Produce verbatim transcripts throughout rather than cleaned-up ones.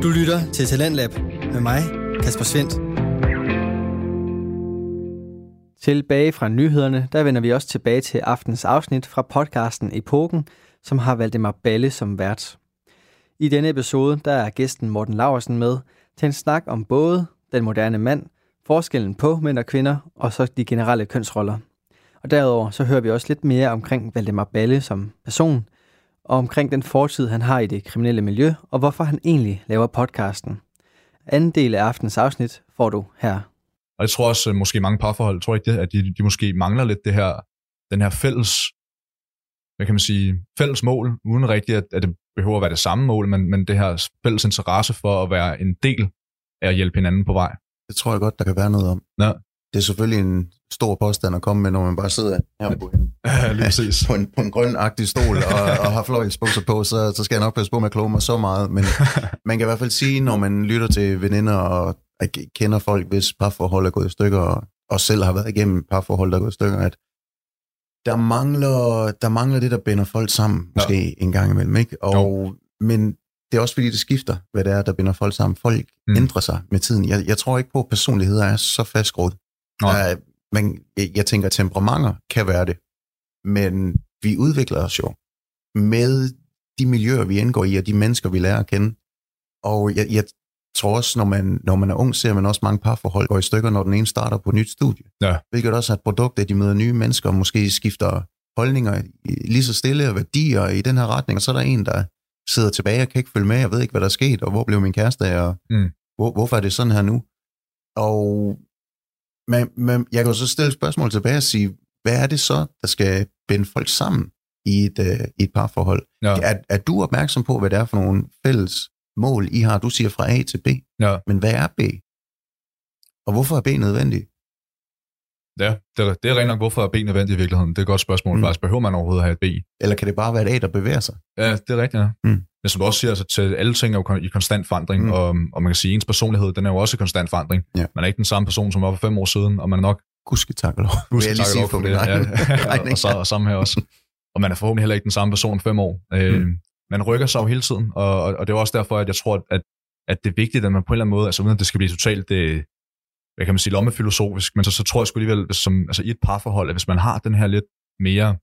Du lytter til Talentlab med mig, Kasper Svendt. Tilbage fra nyhederne, der vender vi også tilbage til aftens afsnit fra podcasten Epoken, som har Valdemar Balle som vært. I denne episode, der er gæsten Morten Laursen med til en snak om både den moderne mand, forskellen på mænd og kvinder, og så de generelle kønsroller. Og derudover så hører vi også lidt mere omkring Valdemar Balle som person, og omkring den fortid, han har i det kriminelle miljø, og hvorfor han egentlig laver podcasten. Anden del af aftens afsnit får du her. Og jeg tror også, måske mange parforhold, tror ikke det, at de, de måske mangler lidt det her, den her fælles, hvad kan man sige, fælles mål, uden rigtigt, at, at det behøver at være det samme mål, men, men det her fælles interesse for at være en del af at hjælpe hinanden på vej. Det tror jeg godt, der kan være noget om. Ja. Det er selvfølgelig en stor påstand at komme med, når man bare sidder her på en, ja, lige præcis. på en, på en grøn-agtig stol og, og har fløjelsbukser på, så, så skal jeg nok passe på med at kloge mig så meget. Men man kan i hvert fald sige, når man lytter til veninder og kender folk, hvis parforhold er gået i stykker, og, og selv har været igennem parforhold, der er gået i stykker, at der mangler, der mangler det, der binder folk sammen, måske ja. en gang imellem. Ikke? Og, men det er også fordi, det skifter, hvad det er, der binder folk sammen. Folk mm. ændrer sig med tiden. Jeg, jeg tror ikke på, at personligheder er så fastgroet. Der, man, jeg tænker, at temperamenter kan være det, men vi udvikler os jo med de miljøer, vi indgår i, og de mennesker, vi lærer at kende. Og jeg, jeg tror også, når man, når man er ung, ser man også mange parforhold gå i stykker, når den ene starter på et nyt studie. Ja. Hvilket også er et produkt, at de møder nye mennesker, og måske skifter holdninger lige så stille og værdier i den her retning, og så er der en, der sidder tilbage og kan ikke følge med, jeg ved ikke, hvad der er sket, og hvor blev min kæreste af, og mm. hvor, hvorfor er det sådan her nu? Og Men, men jeg kan jo så stille et spørgsmål tilbage og sige, hvad er det så, der skal binde folk sammen i et, uh, i et parforhold? Ja. Er, er du opmærksom på, hvad det er for nogle fælles mål, I har? Du siger fra A til B, ja. Men hvad er B? Og hvorfor er B nødvendigt? Ja, det er, det er rent nok, hvorfor er B nødvendigt i virkeligheden. Det er et godt spørgsmål. Mm. Faktisk, behøver man overhovedet at have et B? Eller kan det bare være et A, der bevæger sig? Ja, det er rigtigt, ja. Mm. Men som du også siger, altså, til alle ting er jo i konstant forandring, mm. og, og man kan sige, at ens personlighed, den er jo også i konstant forandring. Ja. Man er ikke den samme person, som var for fem år siden, og man er nok... Gudske tak og lov. Gudske tak og lov for det, ja. og, og, så, og sammen her også. Og man er forhåbentlig heller ikke den samme person om fem år. Mm. Øh, man rykker sig jo hele tiden, og, og, og det er også derfor, at jeg tror, at, at det er vigtigt, at man på en eller anden måde, altså uden at det skal blive totalt, det, hvad kan man sige, lommefilosofisk, men så, så tror jeg sgu alligevel, som, altså i et parforhold, at hvis man har den her lidt mere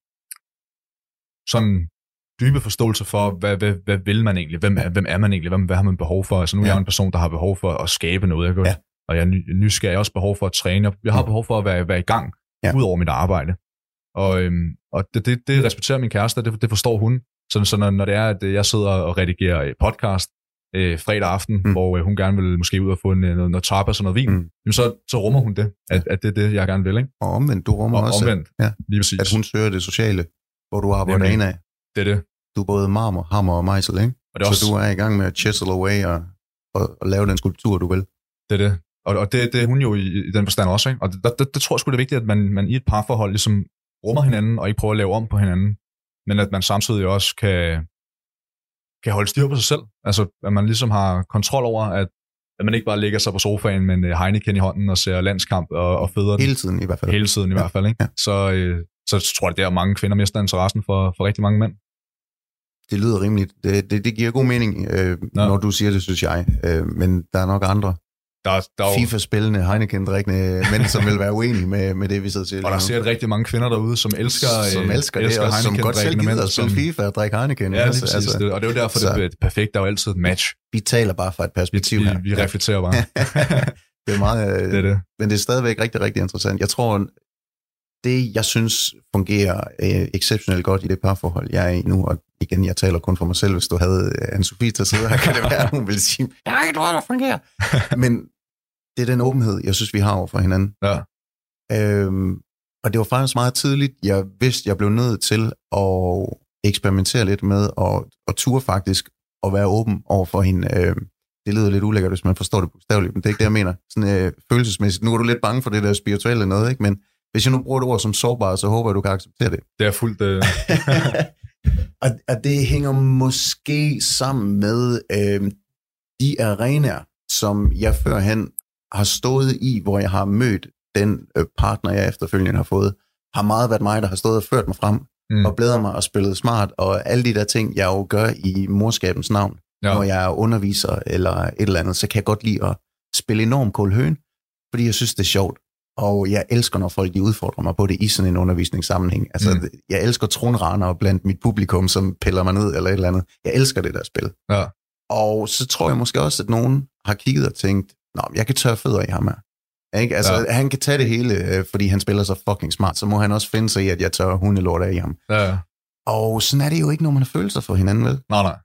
sådan dybe forståelse for, hvad, hvad, hvad vil man egentlig, hvem er, hvem er man egentlig, hvad, hvad har man behov for, altså nu er jeg en person, der har behov for at skabe noget, jeg ja. og jeg er nysgerrig, jeg har også behov for at træne, jeg har behov for at være, være i gang, ja. ud over mit arbejde, og, øhm, og det, det, det respekterer min kæreste, det, det forstår hun, så, så når, når det er, at jeg sidder og redigerer podcast, Øh, fredag aften, mm. hvor øh, hun gerne vil måske ud og få en, noget, noget tapas og noget vin, mm. jamen så, så rummer hun det, at, at det er det, jeg gerne vil. Ikke? Og omvendt, du rummer og også, omvendt, ja, lige præcis. At hun søger det sociale, hvor du arbejder ind af. Det er det. Du er både marmor, hammer og mejsel, ikke? Og det er så også... du er i gang med at chisel away og, og, og lave den skulptur, du vil. Det er det. Og, og det, det er hun jo i, i den forstand også. Ikke? Og det, det, det tror jeg sgu det er vigtigt, at man, man i et parforhold ligesom rummer hinanden, og ikke prøver at lave om på hinanden, men at man samtidig også kan kan holde styr på sig selv. Altså, at man ligesom har kontrol over, at, at man ikke bare ligger sig på sofaen med en Heineken i hånden og ser landskamp og, og føder den. Hele tiden i hvert fald. Hele tiden i ja. hvert fald, ikke? Ja. Så, øh, så tror jeg, det er mange kvinder mister interessen for, for rigtig mange mænd. Det lyder rimeligt. Det, det, det giver god mening, øh, når du siger det, synes jeg. Øh, men der er nok andre der, der jo... FIFA-spillende, Heineken-drikkende mænd, som vil være uenige med, med det, vi sidder til. Og der ser rigtig mange kvinder derude, som elsker Som elsker, elsker det, og som godt selv gider at spille FIFA og drikke Heineken. Ja, altså, altså, det, og det er jo derfor, så, det er perfekt. Der er jo altid et match. Vi taler bare fra et perspektiv vi, her. Vi, vi reflekterer bare. Det er meget... det er det. Men det er stadigvæk rigtig, rigtig interessant. Jeg tror, det, jeg synes, fungerer øh, exceptionelt godt i det parforhold, jeg er i nu, og igen, jeg taler kun for mig selv, hvis du havde Anne-Sophie til at sidde her, kan det være, hun ville sige, jeg har ikke noget, der fungerer. Men det er den åbenhed, jeg synes, vi har over for hinanden. Ja. Øhm, og det var faktisk meget tidligt, jeg vidste, jeg blev nødt til at eksperimentere lidt med, og, og ture faktisk, at være åben over for hende. Øhm, det lyder lidt ulækkert, hvis man forstår det bogstaveligt, men det er ikke det, jeg mener. Sådan øh, følelsesmæssigt. Nu er du lidt bange for det der spirituelle noget, ikke? Men hvis jeg nu bruger et ord som sårbar, så håber jeg, du kan acceptere det. Det er fuldt... Øh... og, og det hænger måske sammen med øh, de arenaer, som jeg førhen har stået i, hvor jeg har mødt den øh, partner, jeg efterfølgende har fået, har meget været mig, der har stået og ført mig frem, mm. og blæder mig og spillet smart, og alle de der ting, jeg jo gør i morskabens navn. Ja. Når jeg er underviser eller et eller andet, så kan jeg godt lide at spille enormt kold høn, fordi jeg synes, det er sjovt. Og jeg elsker, når folk de udfordrer mig på det i sådan en undervisningssammenhæng. Altså, mm. jeg elsker tronraner blandt mit publikum, som piller mig ned eller et eller andet. Jeg elsker det der spil. Ja. Og så tror jeg måske også, at nogen har kigget og tænkt, nå, jeg kan tørre fødder i ham her. Ikke? Altså, ja. Han kan tage det hele, fordi han spiller så fucking smart, så må han også finde sig i, at jeg tør hundelort af i ham. Ja, ja. Og sådan er det jo ikke, når man har følelser for hinanden, vel? Nej, nej.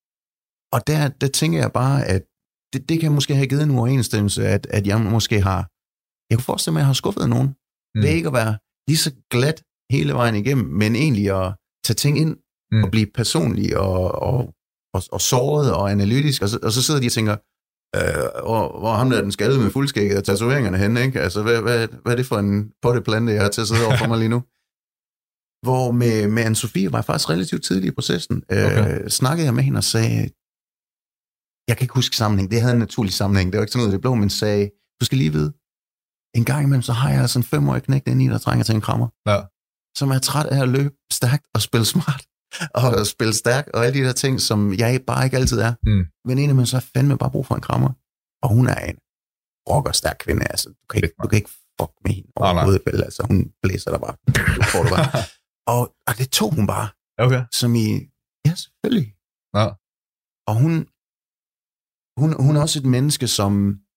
Og der, der tænker jeg bare, at det, det kan måske have givet en uoverensstemmelse, at, at jeg måske har... Jeg kunne forestille mig, at jeg har skuffet nogen. Mm. Det er ikke at være lige så glat hele vejen igennem, men egentlig at tage ting ind mm. og blive personlig og, og, og, og såret og analytisk. Og så, og så sidder de og tænker, øh, hvor, hvor ham der den skaldede med fuldskægget og tatoveringerne henne, ikke? Altså, hvad, hvad, hvad er det for en potteplante, jeg har til at sidde over for mig lige nu? Hvor med, med Anne-Sophie var jeg faktisk relativt tidlig i processen. Okay. Øh, snakkede jeg med hende og sagde, jeg kan ikke huske sammenhæng, det havde en naturlig sammenhæng, det var ikke sådan noget, det blå, men sagde, du skal lige vide, en gang imellem, så har jeg altså en femårig knægt inde i, der trænger til en krammer. Ja. Som er træt af at løbe stærkt og spille smart, og spille stærkt, og alle de der ting, som jeg bare ikke altid er. Mm. Men indimellem, så har jeg fandme bare brug for en krammer. Og hun er en rocker stærk kvinde, altså. Du kan ikke, du kan ikke fuck med hende overhovedet, vel? Altså, hun blæser der bare. Du får det bare. og, og det tog hun bare. Okay. Som i, ja, selvfølgelig. Ja. Og hun, hun, hun er også et menneske, som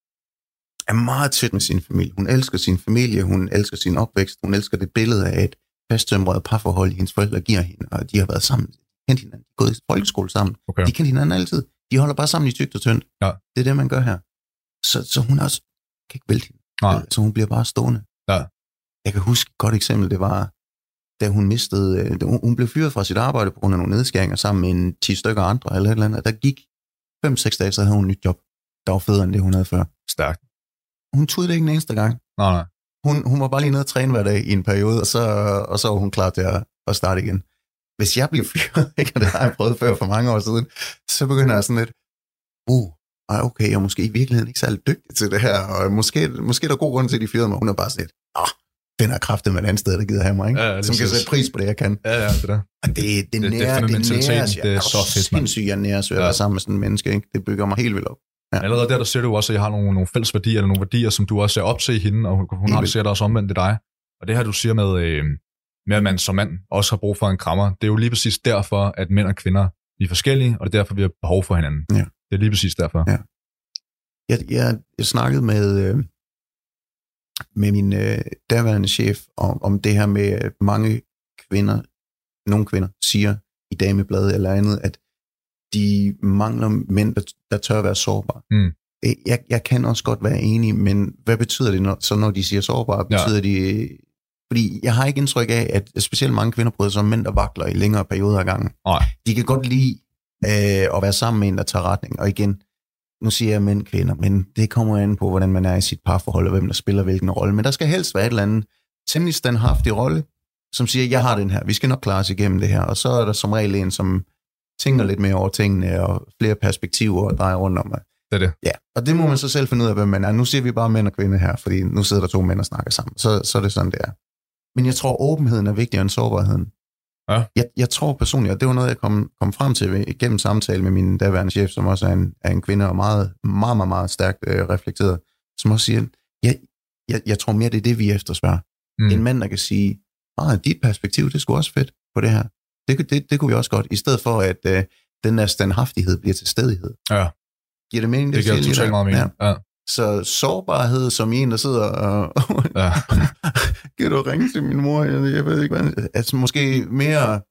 er meget tæt med sin familie. Hun elsker sin familie, hun elsker sin opvækst, hun elsker det billede af et fasttømret parforhold, hendes forældre giver hende, og de har været sammen, kendt hinanden, de har gået i folkeskole sammen, okay. De kendte hinanden altid, de holder bare sammen i tykt og tyndt. Ja. Det er det, man gør her. Så, så hun også kan ikke vælte hende. Nej. Så hun bliver bare stående. Ja. Jeg kan huske et godt eksempel, det var, da hun mistede, hun blev fyret fra sit arbejde på grund af nogle nedskæringer sammen med en ti stykker andre, eller et eller andet, der gik fem seks dage, så havde hun et nyt job, der var federe end det, hun havde før. Stærkt. Hun tog det ikke en eneste gang. Nej, nej. Hun, hun var bare lige nede og træne hver dag i en periode, og så, og så var hun klar til at, at starte igen. Hvis jeg bliver fyret, ikke, og det har jeg prøvet før for mange år siden, så begynder jeg sådan lidt, uh, okay, jeg er måske i virkeligheden ikke særlig dygtig til det her, og måske, måske er der god grund til, at de fyrede mig. Hun er bare sådan lidt, åh, den er kraftet med et andet sted, der gider have mig, ikke? Ja, som kan sætte pris på det, jeg kan. Ja, ja, det der. Og det, det, det, nære, det, det næres, jeg det er så fedt, sindssygt, jeg næres ved at være sammen med sådan en menneske, ikke? Det bygger mig helt vildt op. Ja. Allerede der, der ser du også, at jeg har nogle, nogle fælles værdier, eller nogle værdier, som du også ser op til i hende, og hun, hun har det ser der også omvendt i dig. Og det her, du siger med, øh, med, at man som mand også har brug for en krammer, det er jo lige præcis derfor, at mænd og kvinder er forskellige, og det er derfor, vi har behov for hinanden. Ja. Det er lige præcis derfor. Ja. Jeg, jeg, jeg snakkede med, øh, med min øh, daværende chef om, om det her med, at mange kvinder, nogle kvinder, siger i Damebladet eller andet, at de mangler mænd, der, der tør at være sårbare. Mm. Jeg, jeg kan også godt være enig, men hvad betyder det, når, så når de siger sårbare? Betyder ja. de... Fordi jeg har ikke indtryk af, at specielt mange kvinder bryder sig om mænd, der vakler i længere perioder af gangen. Nej. De kan godt lide øh, at være sammen med en, der tager retning. Og igen, nu siger jeg mænd, kvinder, men det kommer an på, hvordan man er i sit parforhold, og hvem der spiller hvilken rolle. Men der skal helst være et eller andet temmelig standhaftig rolle, som siger, jeg har den her, vi skal nok klare os igennem det her. Og så er der som regel en, som tænker lidt mere over tingene, og flere perspektiver og drejer rundt om mig. Det er det. Ja, og det må man så selv finde ud af, hvem man er. Nu siger vi bare mænd og kvinder her, fordi nu sidder der to mænd og snakker sammen. Så, så er det sådan, det er. Men jeg tror, åbenheden er vigtigere end sårbarheden. Ja. Jeg, jeg tror personligt, og det var noget, jeg kom, kom frem til gennem samtale med min daværende chef, som også er en, er en kvinde, og meget, meget, meget, meget stærkt øh, reflekteret, som også siger, jeg, jeg, jeg tror mere, det er det, vi efterspørger. Mm. En mand, der kan sige, ah, dit perspektiv, det er sgu også fedt på det her. Det, det, det kunne vi også godt, i stedet for, at øh, den der standhaftighed bliver til stædighed. Ja. Giver det mening? Det, det giver totalt meget mening. Ja. Ja. Så sårbarhed som en, der sidder og... ja. Kan du ringe til min mor? Jeg, jeg ved ikke, hvad... Altså måske mere...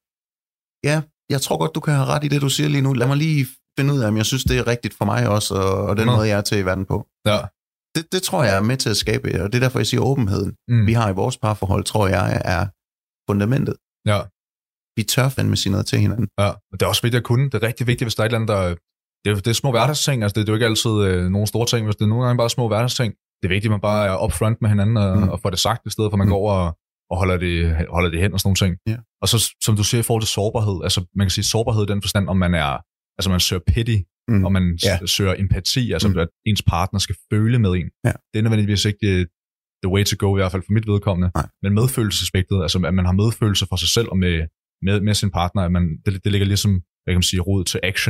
Ja, jeg tror godt, du kan have ret i det, du siger lige nu. Lad mig lige finde ud af, om jeg synes, det er rigtigt for mig også, og, og den mm. måde, jeg er til i verden på. Ja. Det, det tror jeg er med til at skabe, og det er derfor, jeg siger åbenheden. Mm. Vi har i vores parforhold, tror jeg, er fundamentet. Ja. Vi tør fandme sige noget til hinanden. Ja, og det er også vigtigt at kunne. Det er rigtig vigtigt, hvis der er et eller andet, der... Det er, det er små hverdagsting, altså det, det er jo ikke altid øh, nogle store ting, hvis det er nogle gange bare små hverdagsting. Det er vigtigt, at man bare er upfront med hinanden og, mm. og får det sagt, i stedet for at man mm. går over og, og holder, det, holder det hen og sådan nogle ting. Yeah. Og så, som du siger, i forhold til sårbarhed, altså man kan sige sårbarhed i den forstand, om man er, altså man søger pity, mm. og man yeah. søger empati, altså mm. at ens partner skal føle med en. Yeah. Det er nødvendigvis ikke the way to go, i hvert fald for mit vedkommende. Nej. Men medfølelsesaspektet, altså at man har medfølelse for sig selv og med, med, med sin partner, at man, det, det ligger ligesom, hvad kan man sige, rod til action.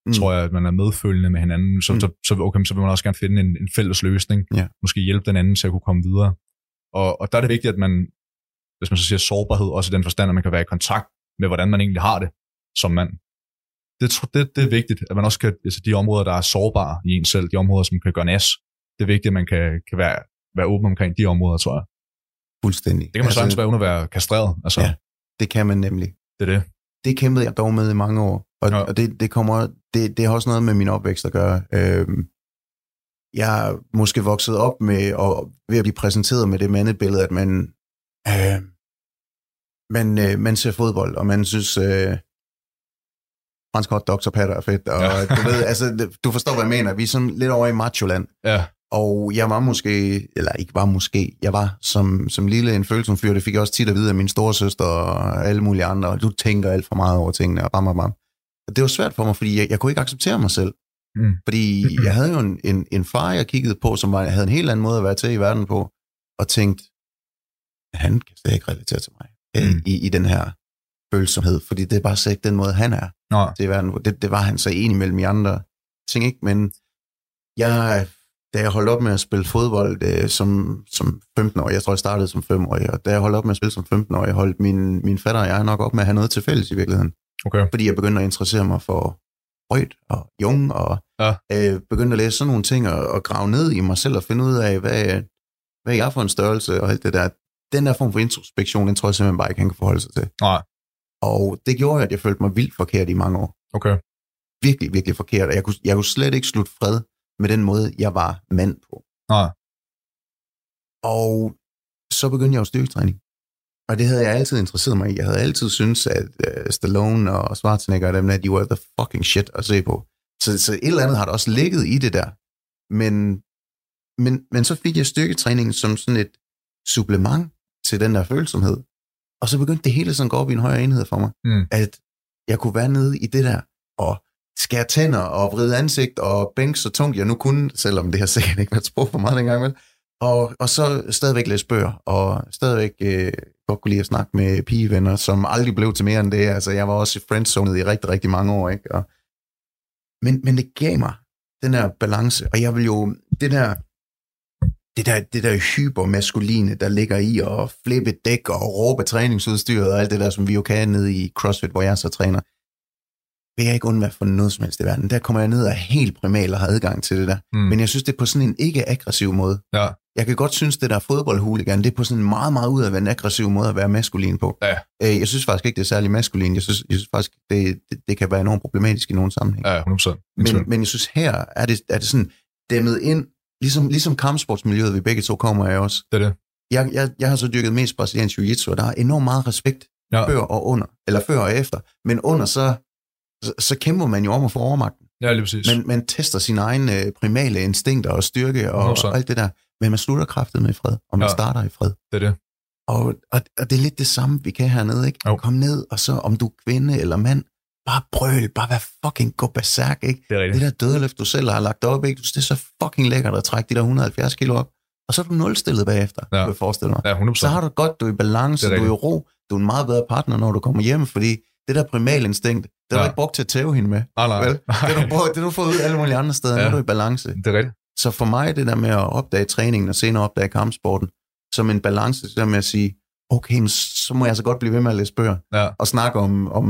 mm. tror jeg, at man er medfølende med hinanden, så, mm. så, så, okay, så vil man også gerne finde en, en fælles løsning, ja. Måske hjælpe den anden til at kunne komme videre. Og, og der er det vigtigt, at man, hvis man så siger sårbarhed, også i den forstand, at man kan være i kontakt med, hvordan man egentlig har det som mand. Det, det, det er vigtigt, at man også kan, altså de områder, der er sårbare i en selv, de områder, som kan gøre nas, det er vigtigt, at man kan, kan være, være åben omkring de områder, tror jeg. Fuldstændig. Det kan man altså, sagtens være uden at være kastreret. Altså. Ja, det kan man nemlig. Det er det. Det kæmpede jeg dog med i mange år, og, ja. og det, det, kommer, det, det har også noget med min opvækst at gøre. Øhm, jeg er måske vokset op med, og ved at blive præsenteret med det mandebillede, at man, øh, man, øh, man ser fodbold, og man synes, øh, fransk hot doktor patter er fedt, og ja. du ved, altså, du forstår, hvad jeg mener. Vi er sådan lidt over i macholand. Ja. Og jeg var måske, eller ikke var måske, jeg var som, som lille en følsom fyr, det fik jeg også tit at vide af min storesøster og alle mulige andre, og du tænker alt for meget over tingene, og bam, bam, bam. Og det var svært for mig, fordi jeg, jeg kunne ikke acceptere mig selv. Mm. Fordi jeg havde jo en, en, en far, jeg kiggede på, som var, havde en helt anden måde at være til i verden på, og tænkte, han kan slet ikke relatere til mig mm. i, i den her følsomhed, fordi det er bare slet ikke den måde, han er Nå. til i verden. Det, det var han så enig mellem de andre ting, ikke? Men jeg... Da jeg holdt op med at spille fodbold øh, som, som femten-årig, jeg tror, jeg startede som fem-årig, og da jeg holdt op med at spille som femten-årig, holdt min, min fatter og jeg nok op med at have noget til fælles i virkeligheden. Okay. Fordi jeg begyndte at interessere mig for Freud og Jung, og ja. øh, begyndte at læse sådan nogle ting, og, og grave ned i mig selv, og finde ud af, hvad, hvad jeg er for en størrelse, og alt det der. Den der form for introspektion, den tror jeg simpelthen bare ikke, han kan forholde sig til. Nej. Og det gjorde, at jeg følte mig vildt forkert i mange år. Okay. Virkelig, virkelig forkert, og jeg kunne, jeg kunne slet ikke slutte fred med den måde, jeg var mand på. Nej. Og så begyndte jeg jo styrketræning. Og det havde jeg altid interesseret mig i. Jeg havde altid syntes, at uh, Stallone og Schwarzenegger og dem der, de var the fucking shit at se på. Så, så et eller andet har der også ligget i det der. Men, men, men så fik jeg styrketræningen som sådan et supplement til den der følsomhed. Og så begyndte det hele sådan at gå op i en højere enhed for mig. Mm. At jeg kunne være nede i det der, og skære tænder og vride ansigt og bænke så tungt jeg nu kunne, selvom det har sikkert ikke været sprog for meget dengang, vel? Og, og så stadigvæk læse bøger, og stadigvæk øh, godt kunne lide at snakke med pigevenner, som aldrig blev til mere end det. Altså, jeg var også i friendzonet i rigtig, rigtig mange år, ikke? Og, men, men det gav mig den der balance, og jeg vil jo, det der, det der, det der hypermaskuline, der ligger i at flippe dæk og råbe træningsudstyret og alt det der, som vi jo kan nede i CrossFit, hvor jeg så træner, vil jeg ikke undvære for noget som helst i verden. Der kommer jeg ned og helt primal og har adgang til det der. Mm. Men jeg synes, det er på sådan en ikke-aggressiv måde. Ja. Jeg kan godt synes, det der fodboldhooligan, det er på sådan en meget, meget ud af en aggressiv måde at være maskulin på. Ja. Jeg synes faktisk ikke, det er særlig maskulin. Jeg synes, jeg synes faktisk, det, det, det kan være enormt problematisk i nogle sammenhæng. Ja, hundrede procent. Men, men jeg synes, her er det, er det sådan dæmmet ind, ligesom, ligesom kampsportsmiljøet, vi begge to kommer af også. Det er det. Jeg, jeg, jeg har så dyrket mest brasiliansk jiu-jitsu, og der er enormt meget respekt ja. før og under, eller før og efter. Men under så Så, så kæmper man jo om at få overmagten. Ja, lige præcis. Man, man tester sine egne primale instinkter og styrke og, og alt det der. Men man slutter kraftet med i fred, og man ja. starter i fred. Det er det. Og, og, og det er lidt det samme, vi kan hernede, ikke? Jo. Kom ned, og så om du er kvinde eller mand, bare brøl, bare vær fucking gå berserk, ikke? Det er rigtigt. Det der dødeløft, du selv har lagt op, ikke? Det er så fucking lækkert at trække de der et hundrede og halvfjerds kilo op. Og så er du nulstillet bagefter, ja. du vil forestille mig. Ja, hundrede procent. Så har du godt, du er i balance, er du er i ro, du er en meget bedre partner, når du kommer hjem, fordi det der primalinstinkt, det har ja. du ikke brugt til at tæve hende med. Ah, nej. Vel? Det har du, brugt, det du fået ud alle mulige andre steder, ja. når du er i balance. Det er rigtigt. Så for mig, det der med at opdage træningen og senere opdage kampsporten, som en balance, det der med at sige, okay, så må jeg så godt blive ved med at læse bøger, ja. og snakke om, om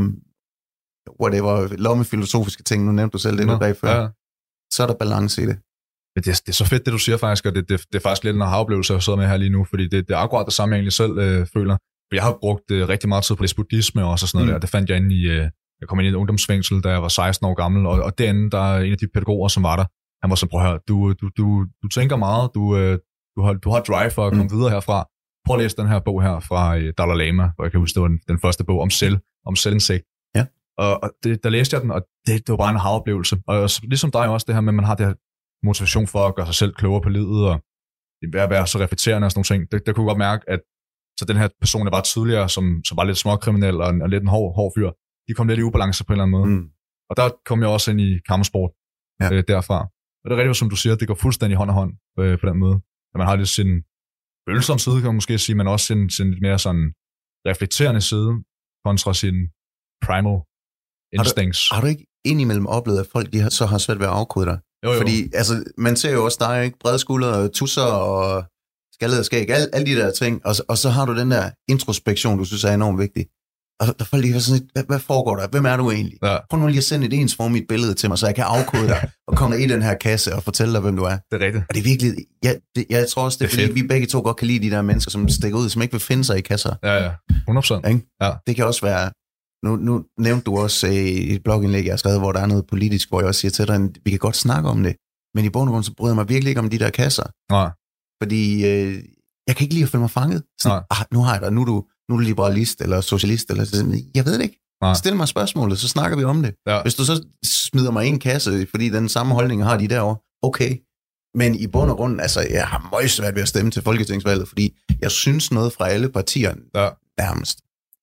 whatever, lommefilosofiske ting, nu nævnte du selv det nu bag før. Ja. Så er der balance i det. Det er, det er så fedt, det du siger faktisk, og det, det, det er faktisk lidt en aha-oplevelse, jeg sidder med her lige nu, fordi det, det er akkurat det samme, jeg egentlig selv øh, føler. For jeg har brugt øh, rigtig meget tid på buddhisme og sådan noget mm. der. Det fandt jeg inde i, øh, jeg kom ind i et ungdomsfængsel, da jeg var seksten år gammel, og, og derinde, der er en af de pædagoger, som var der. Han var så, prøv at høre, du, du, du, du tænker meget, du, øh, du, har, du har drive for at komme mm. videre herfra. Prøv at læse den her bog her fra øh, Dalai Lama, hvor jeg kan huske, det var den, den første bog om selv, om selvindsigt. Ja. Og, og det, der læste jeg den, og det, det var bare en aha-oplevelse. Og så, ligesom dig også, det her med, at man har det her motivation for at gøre sig selv klogere på livet, og være, være så reflekterende og sådan nogle ting. Det, der kunne jeg godt mærke, at så den her person, der var tidligere, som, som var lidt småkriminel og, og lidt en hård, hård fyr, de kom lidt i ubalance på en eller anden måde. Mm. Og der kom jeg også ind i kampsport ja. øh, derfra. Og det er rigtigt, som du siger, det går fuldstændig hånd i hånd øh, på den måde. At man har lidt sin følsomme side, kan man måske sige, men også sin, sin lidt mere sådan reflekterende side kontra sin primal instincts. Har du, har du ikke indimellem oplevet, at folk de har, så har svært ved at afkode dig. Jo, jo. Fordi altså, man ser jo også dig, ikke? Brede skuldre, tusser og skaldet skæg, alle, alle de der ting, og, og så har du den der introspektion, du synes er enormt vigtig. Og der folk lige sådan lidt, hvad, hvad foregår der? Hvem er du egentlig? Ja. Prøv nu lige at sende et ensformigt billede til mig, så jeg kan afkode dig og komme i den her kasse og fortælle dig, hvem du er. Det er rigtigt. Og det er virkelig, jeg, det, jeg tror også, det er, det er fordi, fedt. Vi begge to godt kan lide de der mennesker, som stikker ud, som ikke vil finde sig i kasser. Ja, ja. hundrede procent. Ikke? Ja. Det kan også være, nu, nu nævnte du også i et blogindlæg, jeg har skrevet, hvor der er noget politisk, hvor jeg også siger til dig, vi kan godt snakke om det, men i bund og grund, så bryder jeg mig virkelig ikke om de der kasser. Nej. Fordi øh, jeg kan ikke lide at føle mig fanget. Sådan, ah, nu har jeg dig, nu er du, nu er du liberalist eller socialist, eller sådan. Jeg ved det ikke. Nej. Stil mig spørgsmålet, så snakker vi om det. Ja. Hvis du så smider mig i en kasse, fordi den samme holdning har de derovre, okay. Men i bund og grund, altså, jeg har meget svært ved at stemme til folketingsvalget, fordi jeg synes noget fra alle partier ja. Nærmest.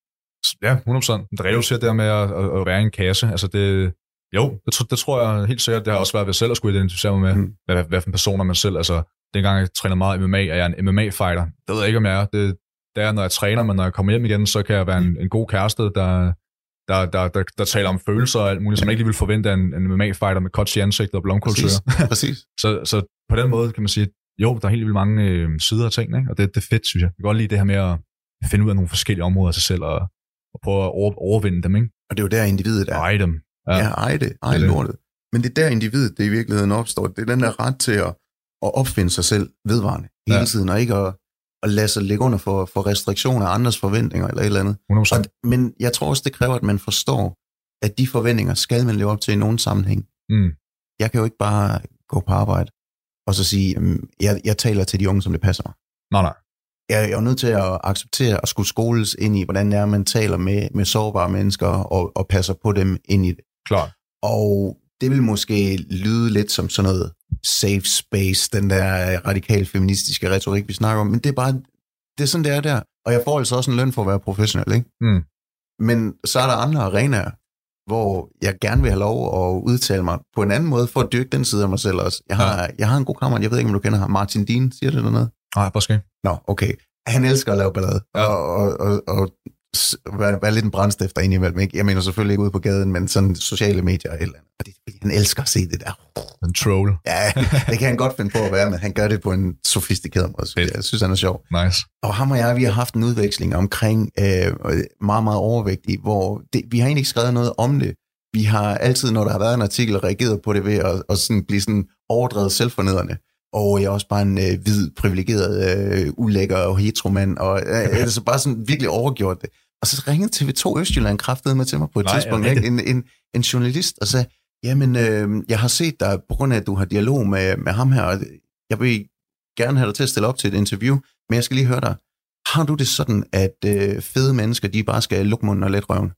Ja, hundrede procent. Det reducerer det med at, at være i en kasse. Altså det, jo, det, det tror jeg helt sikkert, det har også været ved selv at skulle identificere mig med, mm. hvad, hvad for personer man selv. Altså, dengang jeg træner meget M M A, er jeg en M M A-fighter. Det ved jeg ikke, om jeg er. Det, det er, når jeg træner, men når jeg kommer hjem igen, så kan jeg være en, en god kæreste, der... Der, der, der, der taler om følelser og alt muligt, som man ikke lige vil forvente af en, en M M A-fighter med cuts i ansigtet og blomkålsører. Præcis. Præcis. så, så på den måde kan man sige, jo, der er helt vildt mange øh, sider af ting, ikke? Og det, det er fedt, synes jeg. Jeg kan godt lide det her med at finde ud af nogle forskellige områder af sig selv og, og prøve at over, overvinde dem, ikke? Og det er jo der individet er. Eje dem. Ja, ja eje det. Eje det. Lortet. Men det er der individet, det i virkeligheden opstår. Det er den der ret til at, at opfinde sig selv vedvarende hele ja. Tiden, og ikke at og lade sig ligge under for, for restriktioner af andres forventninger eller et eller andet. Og, men jeg tror også, det kræver, at man forstår, at de forventninger skal man leve op til i nogen sammenhæng. Mm. Jeg kan jo ikke bare gå på arbejde og så sige, jeg, jeg taler til de unge, som det passer mig. Nej, nej. Jeg er jo nødt til at acceptere at skulle skoles ind i, hvordan det er, man taler med, med sårbare mennesker og, og passer på dem ind i det. Klart. Og det vil måske lyde lidt som sådan noget safe space, den der radikal feministiske retorik, vi snakker om, men det er bare, det er sådan, det er der. Og jeg får altså også en løn for at være professionel, ikke? Mm. Men så er der andre arenaer, hvor jeg gerne vil have lov at udtale mig på en anden måde, for at dyrke den side af mig selv også. Jeg har, ja. jeg har en god kammerat, jeg ved ikke, om du kender ham, Martin Dean, siger det noget? Nej, måske. Nå, okay. Han elsker at lave ballade, ja. og, og, og, og være, være lidt en brandstifter indimellem, ikke? Jeg mener selvfølgelig ikke ude på gaden, men sådan sociale medier eller andet. Fordi han elsker at se det der. En troll. Ja, det kan han godt finde på at være, men han gør det på en sofistikeret måde. Så jeg synes, han er sjov. Nice. Og ham og jeg, vi har haft en udveksling omkring øh, meget, meget overvægtige, hvor det, vi har egentlig ikke skrevet noget om det. Vi har altid, når der har været en artikel, reageret på det ved at, at sådan blive sådan overdrevet selvfornedrende. Og jeg er også bare en øh, hvid, privilegeret, øh, ulækker og heteromand, og øh, altså bare sådan virkelig overgjort det. Og så ringede T V to Østjylland kraftede med til mig på et Nej, tidspunkt, ikke? En, en, en journalist, og sagde, jamen, øh, jeg har set dig, på grund af, at du har dialog med, med ham her, og jeg vil gerne have dig til at stille op til et interview, men jeg skal lige høre dig. Har du det sådan, at øh, fede mennesker, de bare skal lukke munden og let røven?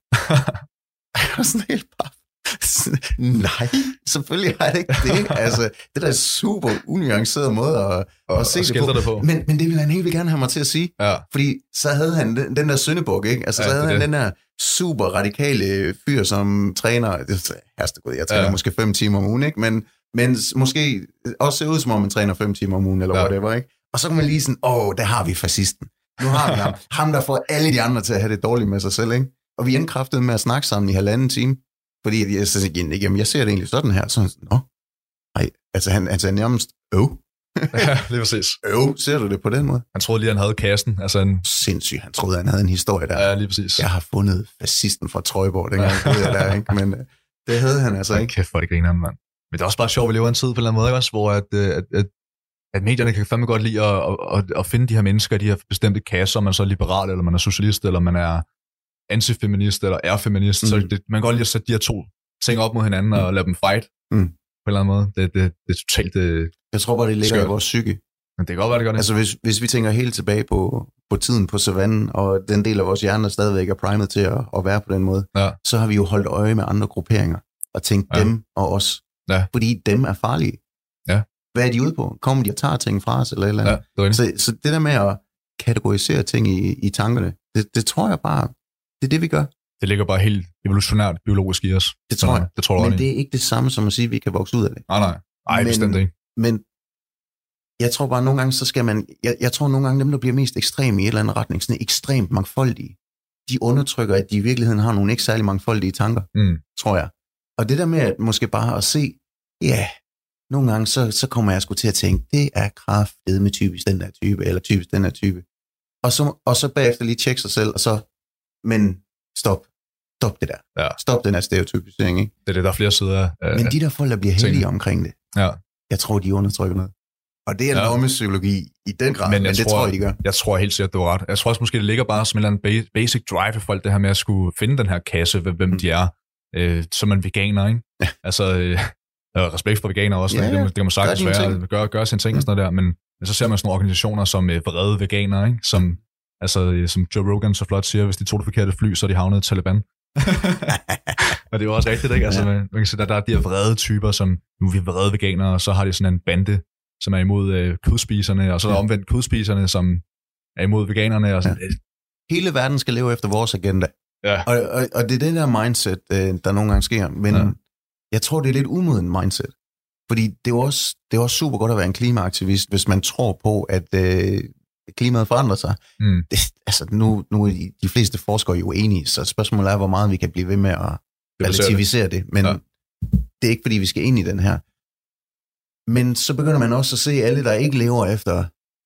Jeg var sådan helt bare, nej, selvfølgelig har jeg ikke det. Altså, det der er super unuanceret måde at, og, at se og det på. det på. Men, men det ville han helt vildt gerne have mig til at sige. Ja. Fordi så havde han den, den der syndebuk, ikke? Altså, ja, så havde han det. Den der super radikale fyr, som træner, herrestegud, jeg træner ja. Måske fem timer om ugen, ikke? Men, men måske også ser ud som om, man træner fem timer om ugen, eller ja. Whatever, ikke? Og så kan man lige sådan, åh, der har vi fascisten. Nu har vi ham. Ham, der får alle de andre til at have det dårligt med sig selv, ikke? Og vi indkræftede med at snakke sammen i halvanden time. Fordi jeg så igen, jamen jeg ser det egentlig sådan her, sådan, nå, nej, altså han, han sagde nærmest, øv. Ja, lige præcis. Øv, ser du det på den måde? Han troede lige, han havde kassen. Altså en... Sindssygt, han troede, han havde en historie der. Ja, lige præcis. Jeg har fundet fascisten fra Trøjborg, dengang jeg boede der, ikke? Men det havde han altså ikke. Kæft, hvor det griner, mand. Men det er også bare sjovt, at vi lever en tid på en eller anden måde, også, hvor at, at, at, at medierne kan fandme godt lide at, at, at finde de her mennesker, de her bestemte kasser, om man så er liberal, eller man er socialist, eller man er antifeminist, eller er feminist. Mm. Så det, man kan godt lide at sætte de her to ting op mod hinanden og lade dem fight mm. på en eller anden måde. Det, det, det er totalt det Jeg tror bare, det ligger skørt. I vores psyke. Men det kan godt være, det gør det. Altså, hvis, hvis vi tænker helt tilbage på, på tiden på savannen, og den del af vores hjerne, der stadigvæk er primet til at, at være på den måde, ja. Så har vi jo holdt øje med andre grupperinger, og tænkt ja. Dem og os. Ja. Fordi dem er farlige. Ja. Hvad er de ude på? Kommer de og tager ting fra os, eller et eller andet? Ja, det så, så det der med at kategorisere ting i, i tankerne, det, det tror jeg bare, det er det, vi gør. Det ligger bare helt evolutionært biologisk i os. Det tror jeg. Det tror men det er ikke det samme som at sige, at vi kan vokse ud af det. Nej, nej. Nej, bestemt ikke. Men jeg tror bare, nogle gange, så skal man... Jeg, jeg tror nogle gange, dem, der bliver mest ekstreme i et eller andet retning, sådan ekstremt mangfoldige, de undertrykker, at de i virkeligheden har nogle ikke særlig mangfoldige tanker, mm. tror jeg. og det der med at måske bare at se, ja, nogle gange så, så kommer jeg sgu til at tænke, det er kraftedeme typisk den der type, eller typisk den der type. Og så, og så bagefter lige tjekke sig selv, og så, men stop, stop det der. Ja. Stop den her stereotypisering, ikke? Det er det, der er flere sider af. Men de der folk, der bliver heldige omkring det, ja. jeg tror, de undertrykker noget. Og det er ja. lommepsykologi i den grad, men, men det tror, tror jeg, de gør. Jeg tror helt sikkert, du har ret. Jeg tror også måske, det ligger bare som en eller anden basic drive for folk, det her med at skulle finde den her kasse, hvem mm. de er, øh, som en veganer, ikke? Ja. Altså, øh, respekt for veganer også, ja, ja. Det, det kan man sagtens være, gøre, gøre sine ting og sådan noget der, men, men så ser man sådan nogle organisationer som øh, vrede veganer, ikke? Som, altså, øh, som Joe Rogan så flot siger, hvis de tog det forkerte fly, så er de havnet i Taliban. Og det er jo også rigtigt, ikke? Altså, ja. man, man kan sige, der, der er de her vrede typer, som nu er vi vrede veganere, og så har de sådan en bande, som er imod øh, kødspiserne, og så er der ja. omvendt kødspiserne, som er imod veganerne. Og sådan. Ja. Hele verden skal leve efter vores agenda. Ja. Og, og, og det er det der mindset, øh, der nogle gange sker. Men ja. jeg tror, det er lidt umoden mindset. Fordi det er, også, det er også super godt at være en klimaaktivist, hvis man tror på, at øh, klimaet forandrer sig. Mm. Det, altså, nu, nu er de fleste forskere jo enige, så spørgsmålet er, hvor meget vi kan blive ved med at relativisere det. Men ja. det er ikke, fordi vi skal ind i den her. Men så begynder man også at se alle, der ikke lever efter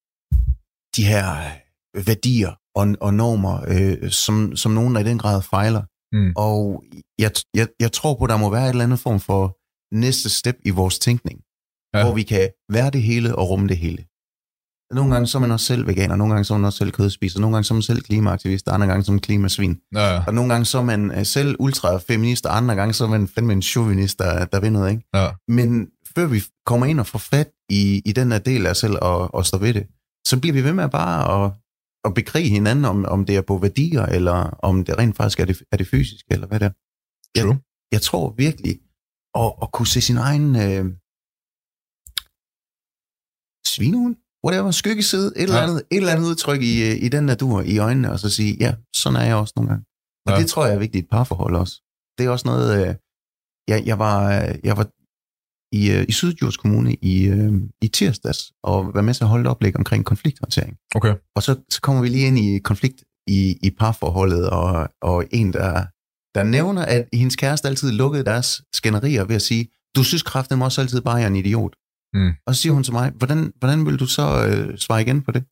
de her værdier og, og normer, øh, som, som nogen der i den grad fejler. Mm. Og jeg, jeg, jeg tror på, at der må være et eller andet form for næste step i vores tænkning, ja. hvor vi kan være det hele og rumme det hele. Nogle gange så er man også selv veganer, nogle gange så er man også selv kødspiser, nogle gange så er man selv klimaaktivist, andre gange så er man klimasvin. Ja, ja. Og nogle gange så er man selv ultrafeminist, og andre gange så er man fandme en chauvinist, der, der vinder, ikke? Ja. Men før vi kommer ind og får fat i, i den her del af os selv og, og står ved det, så bliver vi ved med bare at, at bekrige hinanden, om, om det er på værdier, eller om det rent faktisk er det, er det fysiske, eller hvad det er. Jeg, jeg tror virkelig, at, at kunne se sin egen øh, svinehund, whatever, skyggeside, et, ja. eller andet, et eller andet udtryk i, i den natur, i øjnene, og så sige, ja, sådan er jeg også nogle gange. Og ja. det tror jeg er vigtigt i et parforhold også. Det er også noget, øh, jeg, jeg var, jeg var i, øh, i Syddjurs Kommune i, øh, i tirsdags, og var med til at holde et oplæg omkring konflikthåndtering. Okay. Og så, så kommer vi lige ind i konflikt i, i parforholdet, og, og en, der, der nævner, at hendes kæreste altid lukkede deres skænderier ved at sige, du synes kraftedeme også altid bare, jeg er en idiot. Mm. Og så siger hun til mig, hvordan, hvordan vil du så øh, svare igen på det?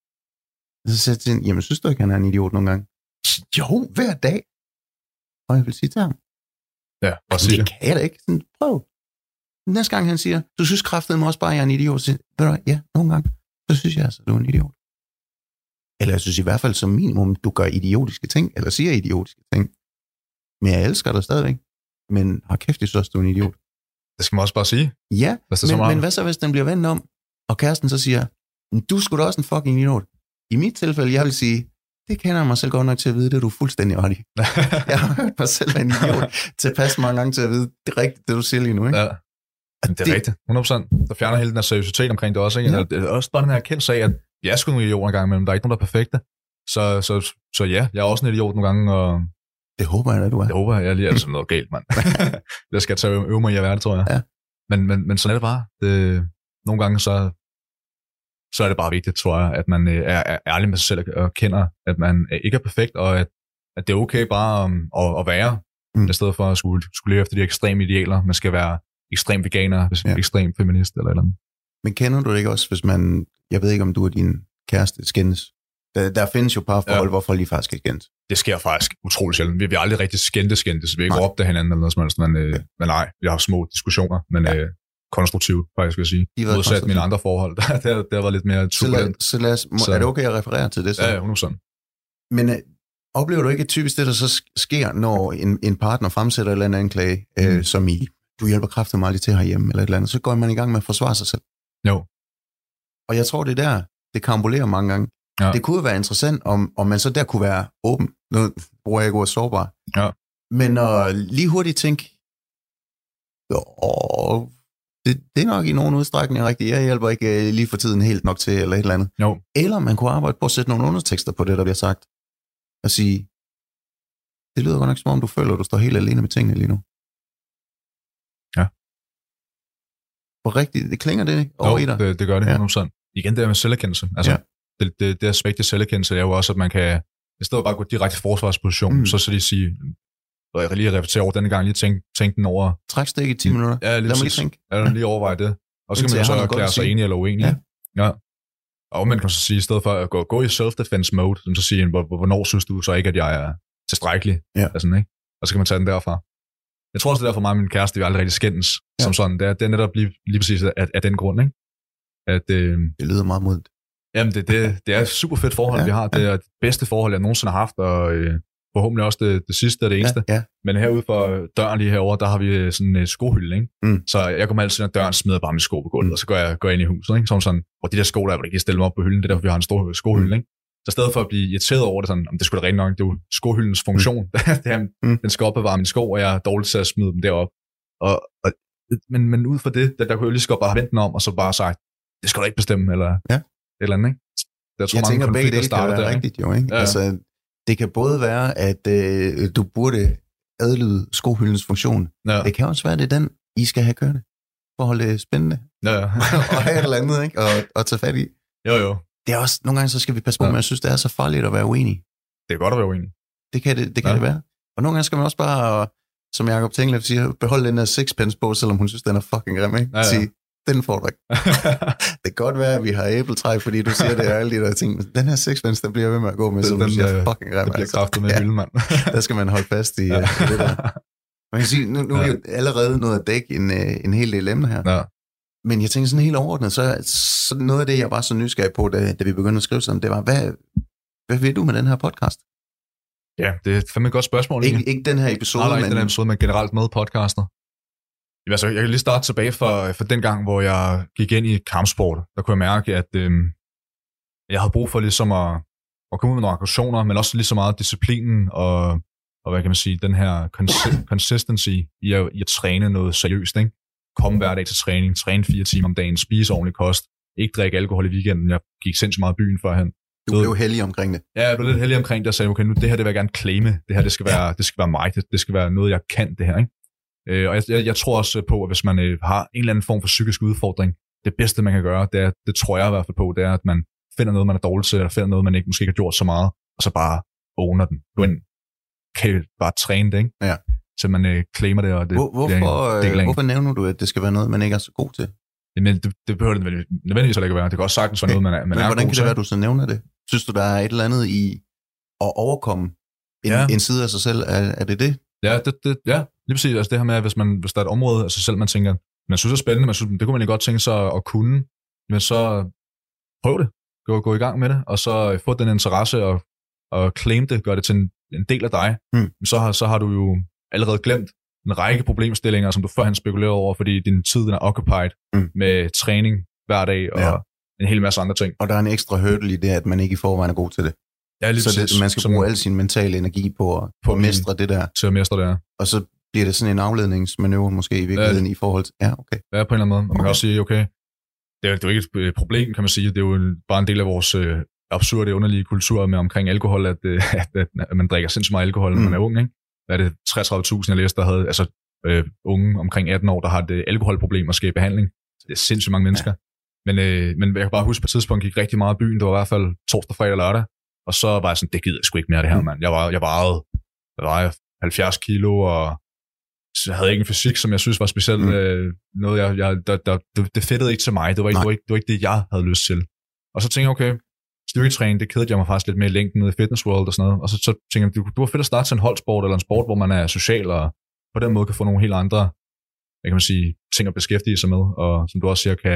Og så siger jeg til hende, jamen synes du ikke, han er en idiot nogle gange? Jo, hver dag. Og jeg vil sige til ham, ja, og sige det kan jeg da ikke. Sådan, prøv. Næste gang han siger, du synes kraftedeme også bare, jeg er en idiot. Så siger, ved du, ja, nogle gange, så synes jeg altså, du er en idiot. Eller jeg synes i hvert fald som minimum, du gør idiotiske ting, eller siger idiotiske ting. Men jeg elsker dig stadigvæk. Men har kæft, jeg synes, du er en idiot. Det skal man også bare sige. Ja, men, men hvad så, hvis den bliver vendt om, og kæresten så siger, du skulle da også en fucking idiot. I mit tilfælde, jeg vil sige, det kender jeg mig selv godt nok til at vide, det er du fuldstændig ret i. Jeg har hørt mig selv være en idiot til at passe mange gange til at vide, det er rigtigt, det du siger lige nu, ikke? Ja, det er det, rigtigt. hundrede procent. Der fjerner hele den her seriøsitet omkring det også, ikke? Ja. Det er også bare den her erkendelse af, at jeg er sgu nogle idioter en gang imellem, der er ikke nogen, der er perfekte. Så, så, så ja, jeg er også en idiot nogle gange, og det håber jeg da, du er. Det håber jeg, jeg lige er sådan noget galt, mand. Jeg skal tage øve mig i at være det, tror jeg. Ja. Men, men, men sådan er det bare. Det, nogle gange så, så er det bare vigtigt, tror jeg, at man er, er ærlig med sig selv og kender, at man ikke er perfekt, og at, at det er okay bare um, at, at være, mm. i stedet for at skulle, skulle leve efter de ekstreme idealer. Man skal være ekstrem veganer, ja. ekstrem feminist eller eller andet. Men kender du det ikke også, hvis man, jeg ved ikke, om du og din kæreste skændes? Der, der findes jo parforhold, ja. hvorfor lige faktisk skal skændes. Det sker faktisk utroligt sjældent. Vi har aldrig rigtig skændtes skændtes. Vi har ikke råbt af hinanden eller noget som helst, men, øh, okay. men nej, vi har haft små diskussioner, men ja. øh, konstruktive, faktisk vil jeg sige. Modsat mine andre forhold, der, der, der var lidt mere turbulent. Så, så, lad os, må, så er det okay at referere til det så? Ja, hundrede procent. Men øh, oplever du ikke typisk det, der så sker, når en, en partner fremsætter et eller andet anklage, øh, mm. som i, du hjælper kraftedeme aldrig til herhjemme, eller et eller andet, så går man i gang med at forsvare sig selv. Jo. Og jeg tror, det er der, det karambolerer mange gange. Ja. Det kunne være interessant, om, om man så der kunne være åben. Nu bruger jeg ikke ordet sårbar. Ja. Men at lige hurtigt tænke, åh, det, det er nok i nogen udstrækning rigtigt. Jeg hjælper ikke lige for tiden helt nok til, eller et eller andet. Jo. Eller man kunne arbejde på at sætte nogle undertekster på det, der bliver sagt. Og sige, det lyder godt nok som om, du føler, at du står helt alene med tingene lige nu. Ja. Hvor rigtigt, det klinger det over jo, i dig? det, det gør det. Ja. Sådan. Igen, det er med selverkendelse. Altså, ja. det, det, det aspekt af selverkendelse er jo også, at man kan, i stedet for bare gå direkte i forsvarsposition, mm. så så lige sige, og jeg lige reflektere over denne gang, lige tænke, tænke den over. Træk stik i ti minutter. Ja, lige, Lad mig lige tænke. Ja, lige overveje det. Og så kan man jo så erklære sig enig eller uenig. Ja. ja. Og man kan så sige, i stedet for at gå, gå i self-defense mode, så sige, hvornår synes du så ikke, at jeg er tilstrækkelig? Ja. Altså, ikke? Og så kan man tage den derfra. Jeg tror også, det er derfor mig og min kæreste, vi aldrig rigtig skændes ja. som sådan. Det er, det er netop lige, lige præcis af, af den grund, ikke? At, øh, det lyder meget modigt. Jamen, det, det, det er et super fedt forhold, ja, vi har. Det er det bedste forhold, jeg nogensinde har haft, og øh, forhåbentlig også det, det sidste og det eneste. Ja, ja. Men herude for døren lige herovre, der har vi sådan en skohylde, ikke? Mm. Så jeg kommer altid, når døren smider bare mine sko på gulvet, mm. og så går jeg, går jeg ind i huset, ikke? Sådan sådan, og de der sko der, hvor jeg ikke stille mig op på hylden, det er derfor, vi har en stor skohylde, mm. ikke? Så i stedet for at blive irriteret over det, sådan, om det skulle da rent nok, det er jo skohyldens funktion. Mm. det er, mm. Den skal opbevare mine sko, og jeg er dårlig til at smide dem derop. Og, og, men, men ud fra det, der, der kunne jeg lige så godt bare have vendt den om, og så bare sagt, det skal du ikke bestemme, eller ja. et eller andet, ikke? Jeg, tror, jeg tænker, begge dele kan være der, rigtigt, jo, ikke? Ja. Altså, det kan både være, at øh, du burde adlyde skohyldens funktion. Ja. Det kan også være, det er den, I skal have kørende, for at holde det spændende. Ja, ja. og have et eller andet, ikke? Og, og tage fat i. Jo, jo. Det er også, nogle gange så skal vi passe på, ja. Men jeg synes, det er så farligt at være uenig. Det er godt at være uenig. Det kan det, det, kan ja. det være. Og nogle gange skal man også bare, som Jacob Tingleff siger, beholde den der sixpence på, selvom hun synes, den er fucking grim, ikke? Ja, ja. Sige, den får du ikke. Det kan godt være, at vi har æbletræ, fordi du siger det og alle de der ting, men den her sixpence, der bliver ved med at gå med, som du siger, fucking grim. Det bliver kraftet med hylden, mand. Der skal man holde fast i, ja. uh, det der. Man kan sige, nu, nu er vi jo allerede nået at dække en, uh, en hel del emner her. Ja. Men jeg tænker sådan helt overordnet, så, så noget af det, jeg var så nysgerrig på, da, da vi begyndte at skrive sammen, det var, hvad, hvad vil du med den her podcast? Ja, det er fandme et godt spørgsmål. Ikke, ikke den her episode, Nej, ikke men... den her episode, men generelt med podcaster. Altså, jeg kan lige starte tilbage for, for den gang, hvor jeg gik ind i kampsport. Der kunne jeg mærke, at øhm, jeg havde brug for ligesom at, at komme ud med nogle aggressioner, men også lige så meget disciplinen og, og hvad kan man sige, den her cons- consistency i at, i at træne noget seriøst, ikke? Komme hver dag til træning, træne fire timer om dagen, spise ordentlig kost, ikke drikke alkohol i weekenden. Jeg gik sindssygt meget i byen førhen. Du blev heldig omkring det. Ja, jeg blev lidt heldig omkring det, og sagde, okay, nu det her, det vil jeg gerne claime. Det her, det skal være, det skal være mig. Det, det skal være noget, jeg kan, det her, ikke? Øh, og jeg, jeg, jeg tror også på, at hvis man øh, har en eller anden form for psykisk udfordring, det bedste, man kan gøre, det er, det tror jeg i hvert fald på, det er, at man finder noget, man er dårlig til, eller finder noget, man ikke måske ikke har gjort så meget, og så bare owner den. Du kan bare træne det, ikke? Ja. Så man øh, claimer det, og det Hvor, hvorfor, det øh, hvorfor nævner du, at det skal være noget, man ikke er så god til? Jamen, det, det behøver det nødvendigvis ikke at være. Det kan også sagtens være noget, man er, man er hvordan god kan det være, du så nævner det? Synes du, der er et eller andet i at overkomme en, ja. en side af sig selv? Er, er det det? Ja, det, det, ja, lige præcis. Altså det her med, hvis, man, hvis der er et område af sig selv, man tænker, man synes det er spændende, man synes, det kunne man ikke godt tænke sig at kunne, men så prøv det. Gå, gå i gang med det, og så få den interesse og, og claim det, gør det til en, en del af dig. Mm. Så, har, så har du jo allerede glemt en række problemstillinger, som du førhen spekulerede over, fordi din tid den er occupied mm. med træning hver dag og ja. en hel masse andre ting. Og der er en ekstra hurdle i det, at man ikke i forvejen er god til det. Ja, lige så det, man skal bruge al sin mentale energi på at, på at mestre det der. Til at mestre det, ja. Og så bliver det sådan en afledningsmanøvre måske i virkeligheden ja. i forhold til... Ja, okay. Ja, på en eller anden måde. Og man okay. kan også sige, okay, det er, det er jo ikke et problem, kan man sige. Det er jo en, bare en del af vores øh, absurde, underlige kultur med omkring alkohol, at, øh, at, at, at man drikker sindssygt meget alkohol, når mm. man er ung, ikke? Hvad er det? treogtredive tusind, jeg læste, der havde... Altså, øh, unge omkring atten år, der har et øh, alkoholproblem og skal i behandling. Det er sindssygt mange mennesker. Ja. Men, øh, men jeg kan bare huske, på et tidspunkt gik rigtig meget i byen. Det var i hvert fald torsdag, fredag og lørdag. Og så var jeg sådan, det gider jeg sgu ikke mere det her, mand. Jeg var, jeg vejede, jeg vejede halvfjerds kilo, og jeg havde ikke en fysik, som jeg synes var specielt mm. øh, noget, jeg, jeg, der, der, det, det fedtede ikke til mig. Det var ikke, det var, ikke, det var ikke det, jeg havde lyst til. Og så tænkte jeg, okay, styrketræning, det kedede jeg mig faktisk lidt mere i længden nede i Fitness World og sådan noget. Og så, så tænkte jeg, det var fedt at starte til en holdsport, eller en sport, hvor man er social, og på den måde kan få nogle helt andre, hvad kan man sige, ting at beskæftige sig med, og som du også siger, kan,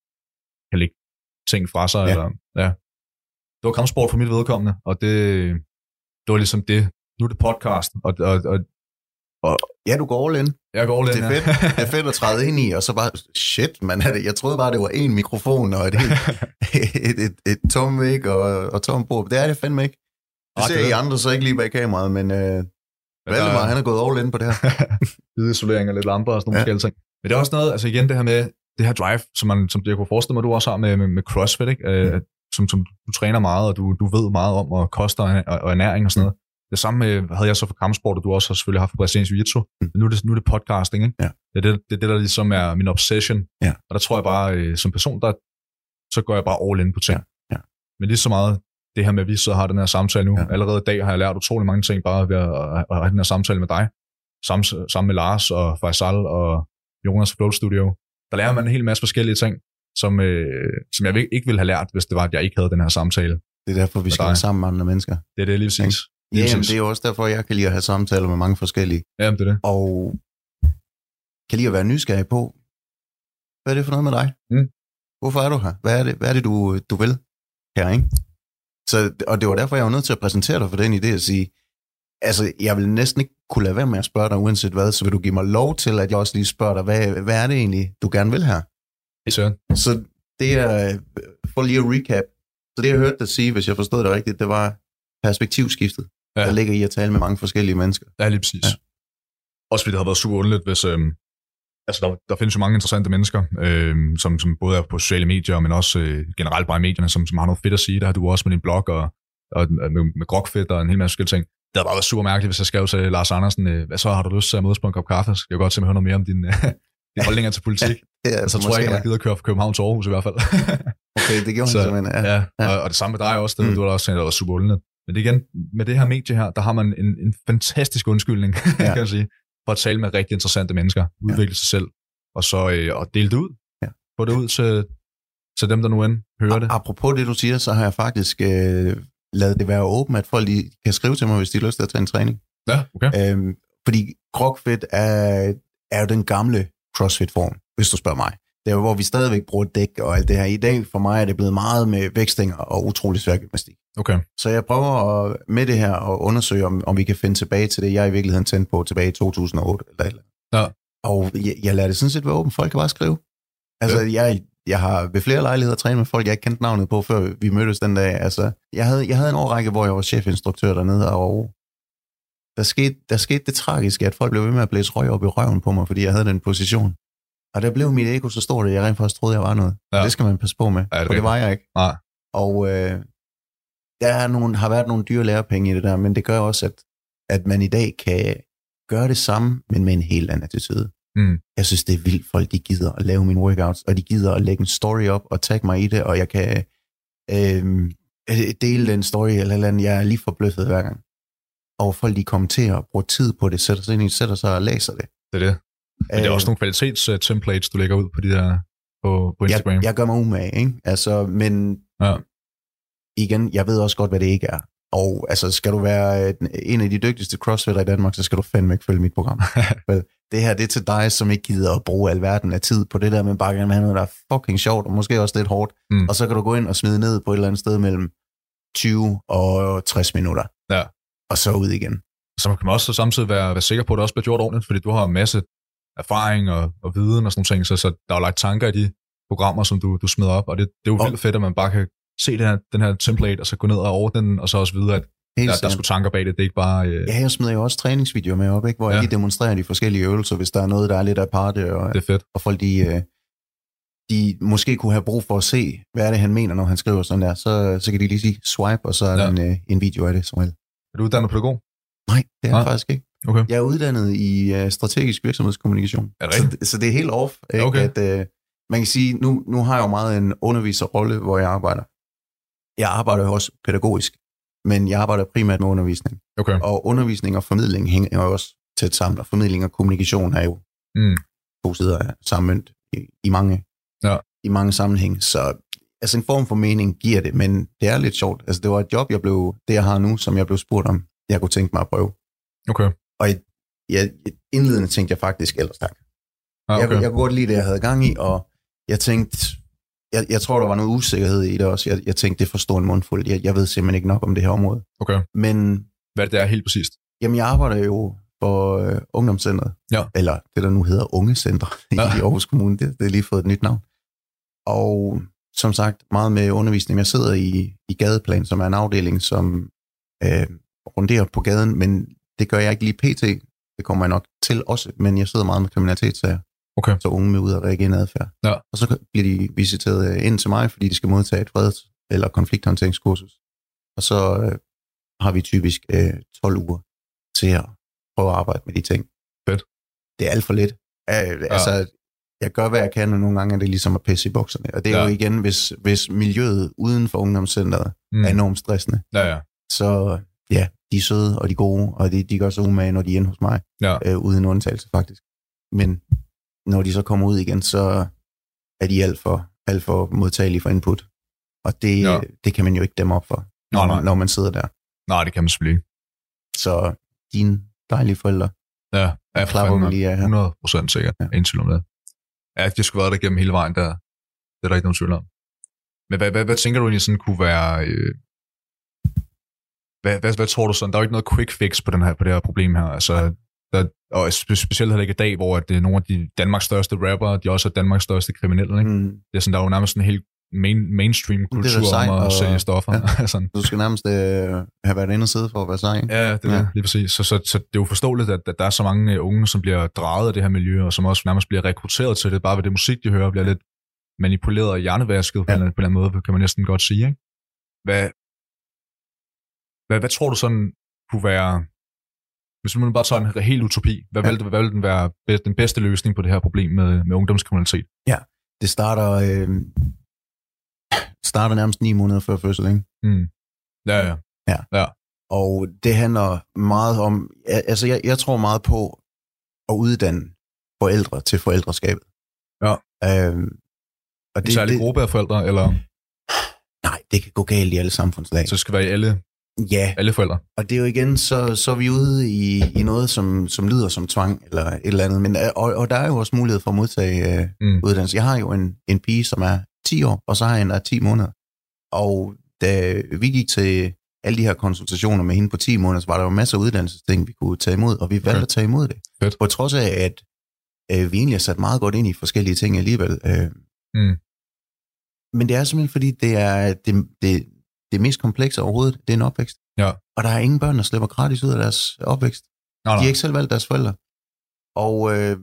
kan lægge ting fra sig. Ja. Eller, ja. Det var kampsport for mit vedkommende, og det, det var ligesom det. Nu er det podcast, og, og, og, og ja, du går all in. Jeg går all in, det er fedt, ja. Det er fedt at træde ind i, og så bare, shit, man, jeg troede bare, det var én mikrofon, og et, et, et, et, et tom væg og, og tom bord. Det er det fandme ikke. Det ser I andre så ikke lige bag kameraet, men øh, Valdemar, han er gået all in på det her. Lydisolering og lidt lamper og sådan nogle ja. forskellige ting. Men det er også noget, altså igen det her med, det her drive, som, man, som jeg kunne forestille mig, du også har med, med, med CrossFit, ikke? Mm. Som, som du træner meget, og du, du ved meget om, og koster og, og ernæring og sådan noget. Det samme med, havde jeg så for kampsport, og du også har selvfølgelig haft for brasiliansk jiu-jitsu. Mm. Men nu er, det, nu er det podcasting, ikke? Ja. Det, er det, det er det, der ligesom er min obsession. Ja. Og der tror jeg bare, øh, som person, der, så går jeg bare all in på ting. Ja. Ja. Men lige så meget, det her med, at vi så har den her samtale nu. Ja. Allerede i dag har jeg lært utrolig mange ting, bare ved at, at have den her samtale med dig. sammen, sammen med Lars og Faisal og Jonas Flow Studio, der lærer man en hel masse forskellige ting, som, øh, som jeg ikke ville have lært, hvis det var, at jeg ikke havde den her samtale. Det er derfor, vi skal være sammen med andre mennesker. Det er det lige præcis. Ja, jamen, det er jo også derfor, jeg kan lide at have samtaler med mange forskellige. Jamen, det er det. Og kan lide at være nysgerrig på, hvad er det for noget med dig? Mm. Hvorfor er du her? Hvad er det, hvad er det du, du vil her, ikke? Så, og det var derfor, jeg var nødt til at præsentere dig for den idé at sige, altså, jeg vil næsten ikke kunne lade være med at spørge dig, uanset hvad, så vil du give mig lov til, at jeg også lige spørger dig, hvad, hvad er det egentlig, du gerne vil her? Yes, sir. Så det er, for lige at recap, så det jeg hørte dig sige, hvis jeg forstod det rigtigt, det var perspektivskiftet, ja. Der ligger i at tale med mange forskellige mennesker. Ja, lige præcis. Ja. Også fordi det har været super underligt, hvis... Øhm, altså, der, der findes jo mange interessante mennesker, øhm, som, som både er på sociale medier, men også øh, generelt bare i medierne, som, som har noget fedt at sige. Der har du også med din blog og, og med, med Grokfedt og en hel masse forskellige ting. Det havde bare været super mærkeligt, hvis jeg skrev til Lars Andersen, øh, hvad så har du lyst til at mødes på en kop kaffe? Jeg kan godt simpelthen høre noget mere om din, øh, dine holdninger til politik. Ja, det er, så tror jeg ikke, at jeg gider at køre fra København til Aarhus i hvert fald. Okay, det gjorde så, han simpelthen. Ja, ja, ja. Og, og det samme med dig også, det, mm. du har også sagt, at det var super underligt. Men det igen, med det her medie her, der har man en, en fantastisk undskyldning, ja. Kan jeg sige, for at tale med rigtig interessante mennesker, udvikle ja. Sig selv, og så øh, og dele det ud. Ja. Få det ud til, til dem, der nu end hører det. Apropos det, du siger, så har jeg faktisk øh, lavet det være åbent, at folk de kan skrive til mig, hvis de har lyst til at tage en træning. Ja, okay. Øhm, fordi Grokfedt er, er jo den gamle CrossFit-form, hvis du spørger mig. Det er jo, hvor vi stadigvæk bruger dæk og alt det her. I dag for mig er det blevet meget med vægtstænger og utrolig svær gymnastik. Okay. Så jeg prøver at, med det her at undersøge, om, om vi kan finde tilbage til det, jeg i virkeligheden tændte på tilbage i to tusind og otte. Eller, eller. Ja. Og jeg, jeg lader det sådan set være åbent. Folk kan bare skrive. Altså, ja. jeg, jeg har ved flere lejligheder trænet med folk, jeg ikke kendte navnet på, før vi mødtes den dag. Altså, jeg havde, jeg havde en årrække, hvor jeg var chefinstruktør dernede, og der skete, der skete det tragiske, at folk blev ved med at blæse røg op i røven på mig, fordi jeg havde den position. Og der blev mit ego så stort, at jeg rent faktisk troede, jeg var noget. Ja. Det skal man passe på med, ja, det for det var jeg ikke. Nej. Og øh, der er nogle, har været nogle dyre lærepenge i det der, men det gør også, at, at man i dag kan gøre det samme, men med en helt anden attitude. Mm. Jeg synes, det er vildt, folk de gider at lave mine workouts, og de gider at lægge en story op og tagge mig i det, og jeg kan øh, dele den story eller eller andet. Jeg er lige forbløffet hver gang. Og folk de kommenterer og bruger tid på det, sætter sig ind i sætter sig og læser det. Det er det. Men det er også nogle kvalitets-templates, du lægger ud på de der på, på Instagram. Jeg, jeg gør mig umage, ikke? Altså, men ja. Igen, jeg ved også godt, hvad det ikke er. Og altså, skal du være en af de dygtigste crossfitter i Danmark, så skal du fandme ikke følge mit program. Det her, det er til dig, som ikke gider at bruge alverden af tid på det der, men bare gerne have noget, der er fucking sjovt, og måske også lidt hårdt. Mm. Og så kan du gå ind og smide ned på et eller andet sted mellem tyve og tres minutter. Ja. Og så ud igen. Så kan man også samtidig være, være sikker på, at det også bliver gjort ordentligt, fordi du har en masse erfaring og, og viden og sådan nogle ting, så, så der er jo lagt tanker i de programmer, som du, du smider op, og det, det er jo og, vildt fedt, at man bare kan se den her, den her template, og så gå ned og ordne den, og så også vide, at der, der skulle tanker bag det, det er ikke bare... Øh... Ja, jeg smider jo også træningsvideoer med op, ikke? Hvor ja. Jeg lige demonstrerer de forskellige øvelser, hvis der er noget, der er lidt aparte, og, det er fedt. Og folk, de, de måske kunne have brug for at se, hvad er det, han mener, når han skriver sådan der, så, så kan de lige sige swipe, og så er ja. der en, en video af det, som helst. Er du uddannet pædagog? Nej, det er jeg faktisk ikke. Okay. Jeg er uddannet i uh, strategisk virksomhedskommunikation. Er det rigtigt? Så, så det er helt off. Ikke? Okay. At, uh, man kan sige, nu, nu har jeg jo meget en underviserrolle, hvor jeg arbejder. Jeg arbejder jo også pædagogisk, men jeg arbejder primært med undervisning. Okay. Og undervisning og formidling hænger jo også tæt sammen, og formidling og kommunikation er jo mm. to sider af samme mønt i, i, mange, ja. i mange sammenhæng. Så altså en form for mening giver det, men det er lidt sjovt. Altså det var et job, jeg blev, det jeg har nu, som jeg blev spurgt om, jeg kunne tænke mig at prøve. Okay. Og i, ja, indledende tænkte jeg faktisk ellers tak. Ah, okay. jeg, jeg kunne godt lide det, jeg havde gang i, og jeg tænkte, jeg, jeg tror, der var noget usikkerhed i det også. Jeg, jeg tænkte, det er for stor en mundfuld. Jeg, jeg ved simpelthen ikke nok om det her område. Okay. Men... Hvad er det, der er helt præcist? Jamen, jeg arbejder jo for øh, Ungdomscentret. Ja. Eller det, der nu hedder Ungecenter ja. i Aarhus Kommune. Det, det er lige fået et nyt navn. Og som sagt, meget med undervisning. Jeg sidder i, i Gadeplan, som er en afdeling, som øh, runderer på gaden, men det gør jeg ikke lige pt. Det kommer jeg nok til også, men jeg sidder meget med kriminalitetssager. Okay. Så unge med ud og reagere adfærd. Ja. Og så bliver de visiteret ind til mig, fordi de skal modtage et freds- eller konflikthåndteringskursus. Og så øh, har vi typisk øh, tolv uger til at prøve at arbejde med de ting. Fedt. Det er alt for lidt. Øh, altså, ja. Jeg gør, hvad jeg kan, og nogle gange er det ligesom at pisse i bukserne. Og det er ja. jo igen, hvis, hvis miljøet uden for ungdomscenteret mm. er enormt stressende. Ja, ja. Så ja, de er søde, og de er gode, og de, de gør sig umage, når de er inde hos mig, ja. øh, uden undtagelse faktisk. Men når de så kommer ud igen, så er de alt for, alt for modtagelige for input. Og det, ja. det kan man jo ikke dæmme op for, når, nej, nej. når man sidder der. Nej, det kan man selvfølgelig ikke. Så dine dejlige forældre, ja, jeg klapper mig lige af her. hundrede procent sikkert, ja. Ingen tvivl om det. Ja, det skulle være der gennem hele vejen, der, det er der ikke nogen tvivl om. Men hvad, hvad, hvad tænker du egentlig sådan kunne være... Øh, hvad, hvad, hvad tror du sådan? Der er jo ikke noget quick fix på, den her, på det her problem her. Altså, der, og spe- specielt heller ikke i dag, hvor det er nogle af de Danmarks største rappere, de også er Danmarks største kriminelle. Ikke? Mm. Det er sådan, der er jo nærmest sådan en helt main, mainstream kultur om at sælge stoffer. Ja. sådan. Du skal nærmest øh, have været inde og sidde for at være sej. Ja, det er ja. det, lige præcis. Så, så, så det er jo forståeligt, at, at der er så mange unge, som bliver draget af det her miljø, og som også nærmest bliver rekrutteret til det, bare ved det musik, de hører, bliver lidt manipuleret og hjernevasket ja. på, en, på en eller anden måde, kan man næsten godt sige. Ikke? Hvad, hvad, hvad tror du sådan kunne være, hvis man bare tager en helt utopi, hvad, ja. vil, hvad vil den være den bedste løsning på det her problem med, med ungdomskriminalitet? Ja, det starter, øh, starter nærmest ni måneder før fødsel, ikke? Mm. Ja, ja, ja. Ja. Og det handler meget om, altså jeg, jeg tror meget på at uddanne forældre til forældreskabet. Ja. Øh, og det, en særlig det, gruppe af forældre, eller? Nej, det kan gå galt i alle samfundslag. Så det skal være i alle, ja. alle forældre? Og det er jo igen, så, så er vi ude i, i noget, som, som lyder som tvang, eller et eller andet. Men, og, og der er jo også mulighed for at modtage uh, mm. uddannelse. Jeg har jo en, en pige, som er ti år, og så har jeg en, der er ti måneder. Og da vi gik til alle de her konsultationer med hende på ti måneder, så var der jo masser af uddannelsesting, vi kunne tage imod, og vi valgte okay. at tage imod det. Fedt. På trods af, at uh, vi egentlig har sat meget godt ind i forskellige ting alligevel. Uh, mm. Men det er simpelthen, fordi det er det, det, det mest komplekse overhovedet, det er en opvækst. Ja. Og der er ingen børn, der slipper gratis ud af deres opvækst. Nej, nej. De har ikke selv valgt deres forældre. Og øh,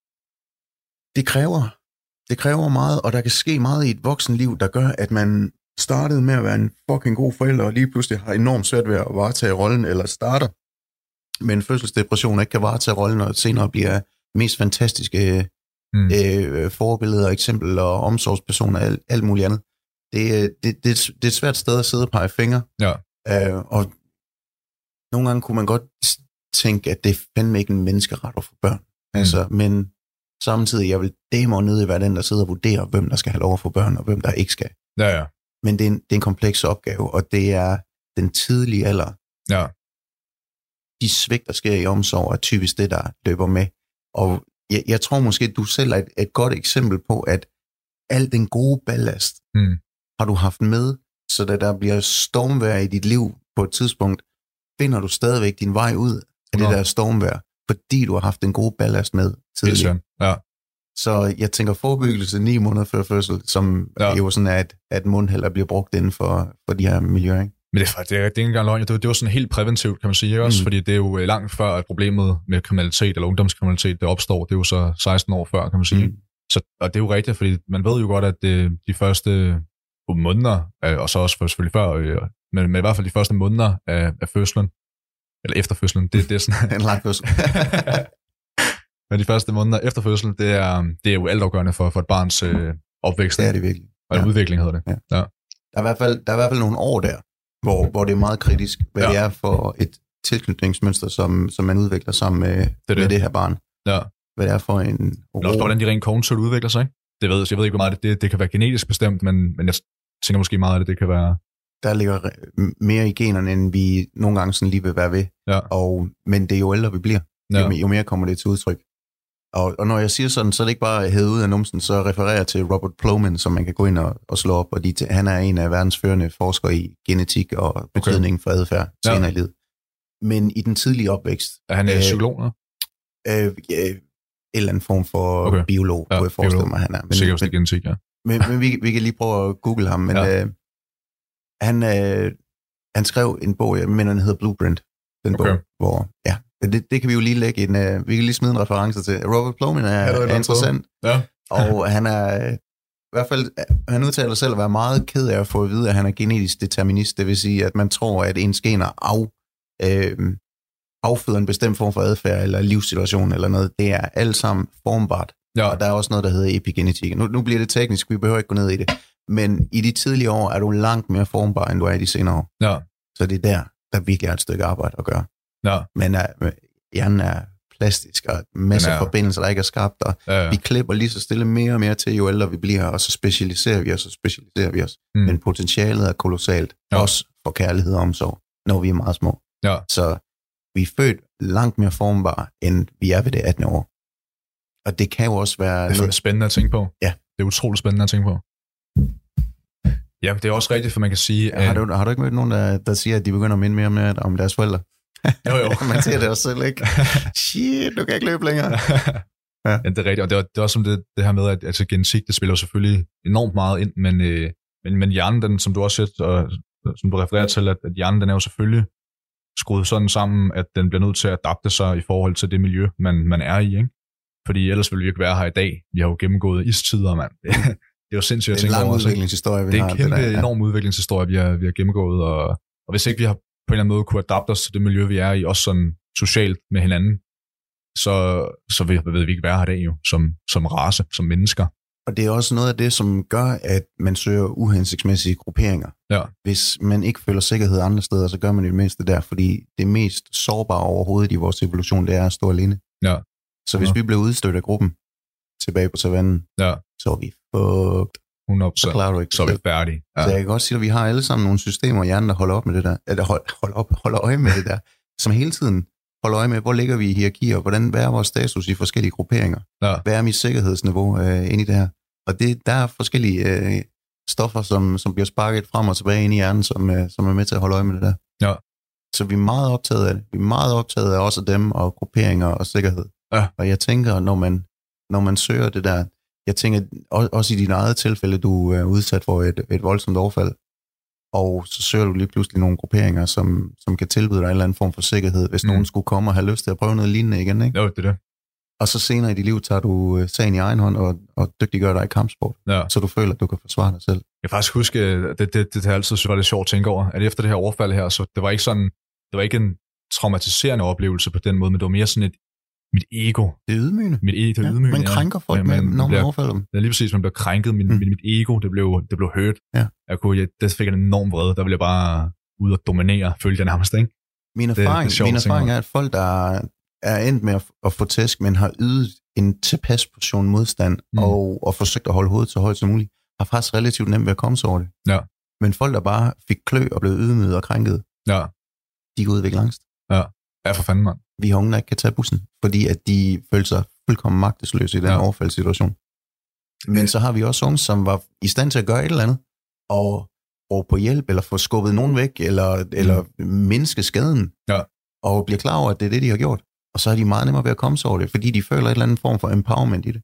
det kræver, det kræver meget, og der kan ske meget i et voksenliv, der gør, at man startede med at være en fucking god forælder, og lige pludselig har enormt svært ved at varetage rollen, eller starter med en fødselsdepression, og ikke kan varetage rollen, og senere bliver mest fantastiske mm. øh, forbilleder, eksempler og omsorgspersoner og alt, alt muligt andet. Det, det, det, det er et svært sted at sidde og pege fingre. Ja. Øh, og nogle gange kunne man godt tænke, at det er fandme ikke en menneskeret at få børn. Mm. Altså, men samtidig, jeg vil dæmme ned i hver den, der sidder og vurderer, hvem der skal have lov at få børn, og hvem der ikke skal. Ja, ja. Men det er, en, det er en kompleks opgave, og det er den tidlige alder. Ja. De svigt, der sker i omsorg, er typisk det, der løber med. Og jeg, jeg tror måske, at du selv er et, et godt eksempel på, at al den gode ballast mm. har du haft med, så da der bliver stormvejr i dit liv på et tidspunkt, finder du stadigvæk din vej ud af det der stormvejr, fordi du har haft den gode ballast med tidligere. Ja. Så jeg tænker forebyggelse ni måneder før fødsel, som ja. jo sådan er, at, at mundhælder bliver brugt inden for, for de her miljøer, ikke? Men det er, det er, det er ikke engang løgn. Det, det var sådan helt præventivt, kan man sige, også, mm. fordi det er jo langt før, at problemet med kriminalitet eller ungdomskriminalitet, det opstår. Det er jo så seksten år før, kan man sige. Mm. Så, og det er jo rigtigt, fordi man ved jo godt, at det, de første måneder, og så også selvfølgelig før, men, men i hvert fald de første måneder af, af fødslen, eller efter fødslen, det, det er sådan... en lang fødsel. Men de første måneder efter fødslen, det er, det er jo altafgørende for, for et barns øh, opvækst. Det er det virkelig. Og ja. udvikling hedder det. Ja. Ja. Der, er i hvert fald, der er i hvert fald nogle år der, hvor, hvor det er meget kritisk, hvad ja. det er for et tilknytningsmønster, som, som man udvikler sammen med det, det. med det her barn. Ja. Hvad det er for en... Men også hvordan de rent kognitivt udvikler sig, ikke? Det ved jeg, jeg ved ikke, hvor meget det, det, det kan være genetisk bestemt, men, men jeg tænker måske meget af det, det kan være... Der ligger mere i generne, end vi nogle gange sådan lige vil være ved. Ja. Og, men det er jo ældre vi bliver, ja. jo, jo mere kommer det til udtryk. Og, og når jeg siger sådan, så er det ikke bare hævet ud af numsen, så refererer jeg til Robert Plomin, som man kan gå ind og, og slå op. Og de, han er en af verdens førende forskere i genetik og betydning okay. for adfærd senere ja. i livet. Men i den tidlige opvækst... Er han øh, psykolog? Øh, øh, en eller anden form for okay. biolog, ja, kunne jeg forestille mig, han er. Men, sikkert men, genetik, ja. Men, men vi, vi kan lige prøve at google ham. Men ja. øh, han, øh, han skrev en bog, jeg mener, den hedder Blueprint. Den okay. bog, hvor... ja. Det, det kan vi jo lige lægge en, uh, vi kan lige smide en reference til. Robert Plomin er, ja, er, er interessant, ja. og han er, i hvert fald, han udtaler selv at være meget ked af at få at vide, at han er genetisk determinist, det vil sige, at man tror, at ens gener af, øh, afføder en bestemt form for adfærd, eller livssituation, eller noget. Det er alt sammen formbart, ja. og der er også noget, der hedder epigenetik. Nu, nu bliver det teknisk, vi behøver ikke gå ned i det, men i de tidlige år er du langt mere formbar, end du er i de senere år. Ja. Så det er der, der virkelig er et stykke arbejde at gøre. Ja. Men uh, hjernen er plastisk, og en masse er... forbindelser, der ikke er skabt, og ja, ja. vi klipper lige så stille mere og mere til, jo ældre vi bliver, og så specialiserer vi os, og specialiserer vi os. Mm. Men potentialet er kolossalt, ja. Også for kærlighed og omsorg, når vi er meget små. Ja. Så vi er født langt mere formbare, end vi er ved det attende år. Og det kan jo også være... Det er noget spændende at tænke på. Ja. Det er utroligt spændende at tænke på. Ja, det er også rigtigt, for man kan sige... Ja, har, du, har du ikke mødt nogen, der, der siger, at de begynder at minde mere og mere om deres forældre? Jo, jo. Man ser det også selv, ikke? Shit, du kan ikke løbe længere. Ja, ja det er rigtigt. Og det er, det er også som det, det her med, at altså, genetik, det spiller selvfølgelig enormt meget ind, men, øh, men, men hjernen, den, som du også siger, og som du refererer til, at, at hjernen, den er jo selvfølgelig skruet sådan sammen, at den bliver nødt til at adapte sig i forhold til det miljø, man, man er i, ikke? Fordi ellers ville vi ikke være her i dag. Vi har jo gennemgået istider, mand. Det, det er jo sindssygt at tænke over. Det er en lang udviklingshistorie, vi har. har. Det er en kæmpe, det der, ja. enorm udviklingshistorie, vi har, vi har gennemgået, og, og hvis ikke vi har på en eller anden måde kunne adapte os til det miljø, vi er i, også sådan socialt med hinanden, så, så ved, ved vi ikke være her i dag jo, som, som race, som mennesker. Og det er også noget af det, som gør, at man søger uhensigtsmæssige grupperinger. Ja. Hvis man ikke føler sikkerhed andre steder, så gør man det meste der, fordi det mest sårbare overhovedet i vores evolution, det er at stå alene. Ja. Så hvis ja. vi blev udstødt af gruppen tilbage på savannen, ja. så er vi fucked. hundrede procent. Så klarer du ikke. Så er vi færdige. Ja. Så jeg kan godt sige, at vi har alle sammen nogle systemer i hjernen, der holder op med det der, eller hold, hold op, holder øje med det der, som hele tiden holder øje med, hvor ligger vi i hierarkier, hvordan, hvad er vores status i forskellige grupperinger, ja. Hvad er mit sikkerhedsniveau øh, inde i det her. Og det, der er forskellige øh, stoffer, som, som bliver sparket frem og tilbage ind i hjernen, som, øh, som er med til at holde øje med det der. Ja. Så vi er meget optaget af det. Vi er meget optaget af også dem og grupperinger og sikkerhed. Ja. Og jeg tænker, når man, når man søger det der, jeg tænker også i dit eget tilfælde, du er udsat for et, et voldsomt overfald, og så søger du lige pludselig nogle grupperinger, som, som kan tilbyde dig en eller anden form for sikkerhed, hvis mm. nogen skulle komme og have lyst til at prøve noget lignende igen, ikke? Jo, det er det. Og så senere i dit liv tager du sagen i egen hånd og, og dygtiggør dig i kampsport, ja. Så du føler, at du kan forsvare dig selv. Jeg kan faktisk huske, det, det, det, det har altid var lidt sjovt at tænke over, at efter det her overfald her, så det var ikke sådan, det var ikke en traumatiserende oplevelse på den måde, men det var mere sådan et mit ego. Det er ydmygende. Mit ego, det er ja, ydmygende. Man krænker folk, ja, man, med, når man bliver, overfalder dem. Ja, lige præcis, man bliver krænket. Min, mm. mit, mit ego, det blev, det blev hurt. Ja. Jeg kunne, jeg, det fik en enorm vrede. Der ville jeg bare ud og dominere, følte jeg nærmest, ikke? Min erfaring, det, det min erfaring er, at folk, der er endt med at, at få tæsk, men har ydet en tilpas portion modstand mm. og, og forsøgt at holde hovedet så højt som muligt, har faktisk relativt nemt ved at komme sig over det. Ja. Men folk, der bare fik klø og blev ydmyget og krænket, ja. de går udviklet angst. Ja. Ja, for fanden, mand. Vi har unge, der ikke kan tage bussen, fordi at de følte sig fuldkommen magtesløse i den ja. overfaldssituation. Men så har vi også unge, som var i stand til at gøre et eller andet, og råbe på hjælp, eller få skubbet nogen væk, eller, mm. eller mindske skaden, ja. og bliver klar over, at det er det, de har gjort. Og så er de meget nemmere ved at komme sig over det, fordi de føler et eller andet form for empowerment i det.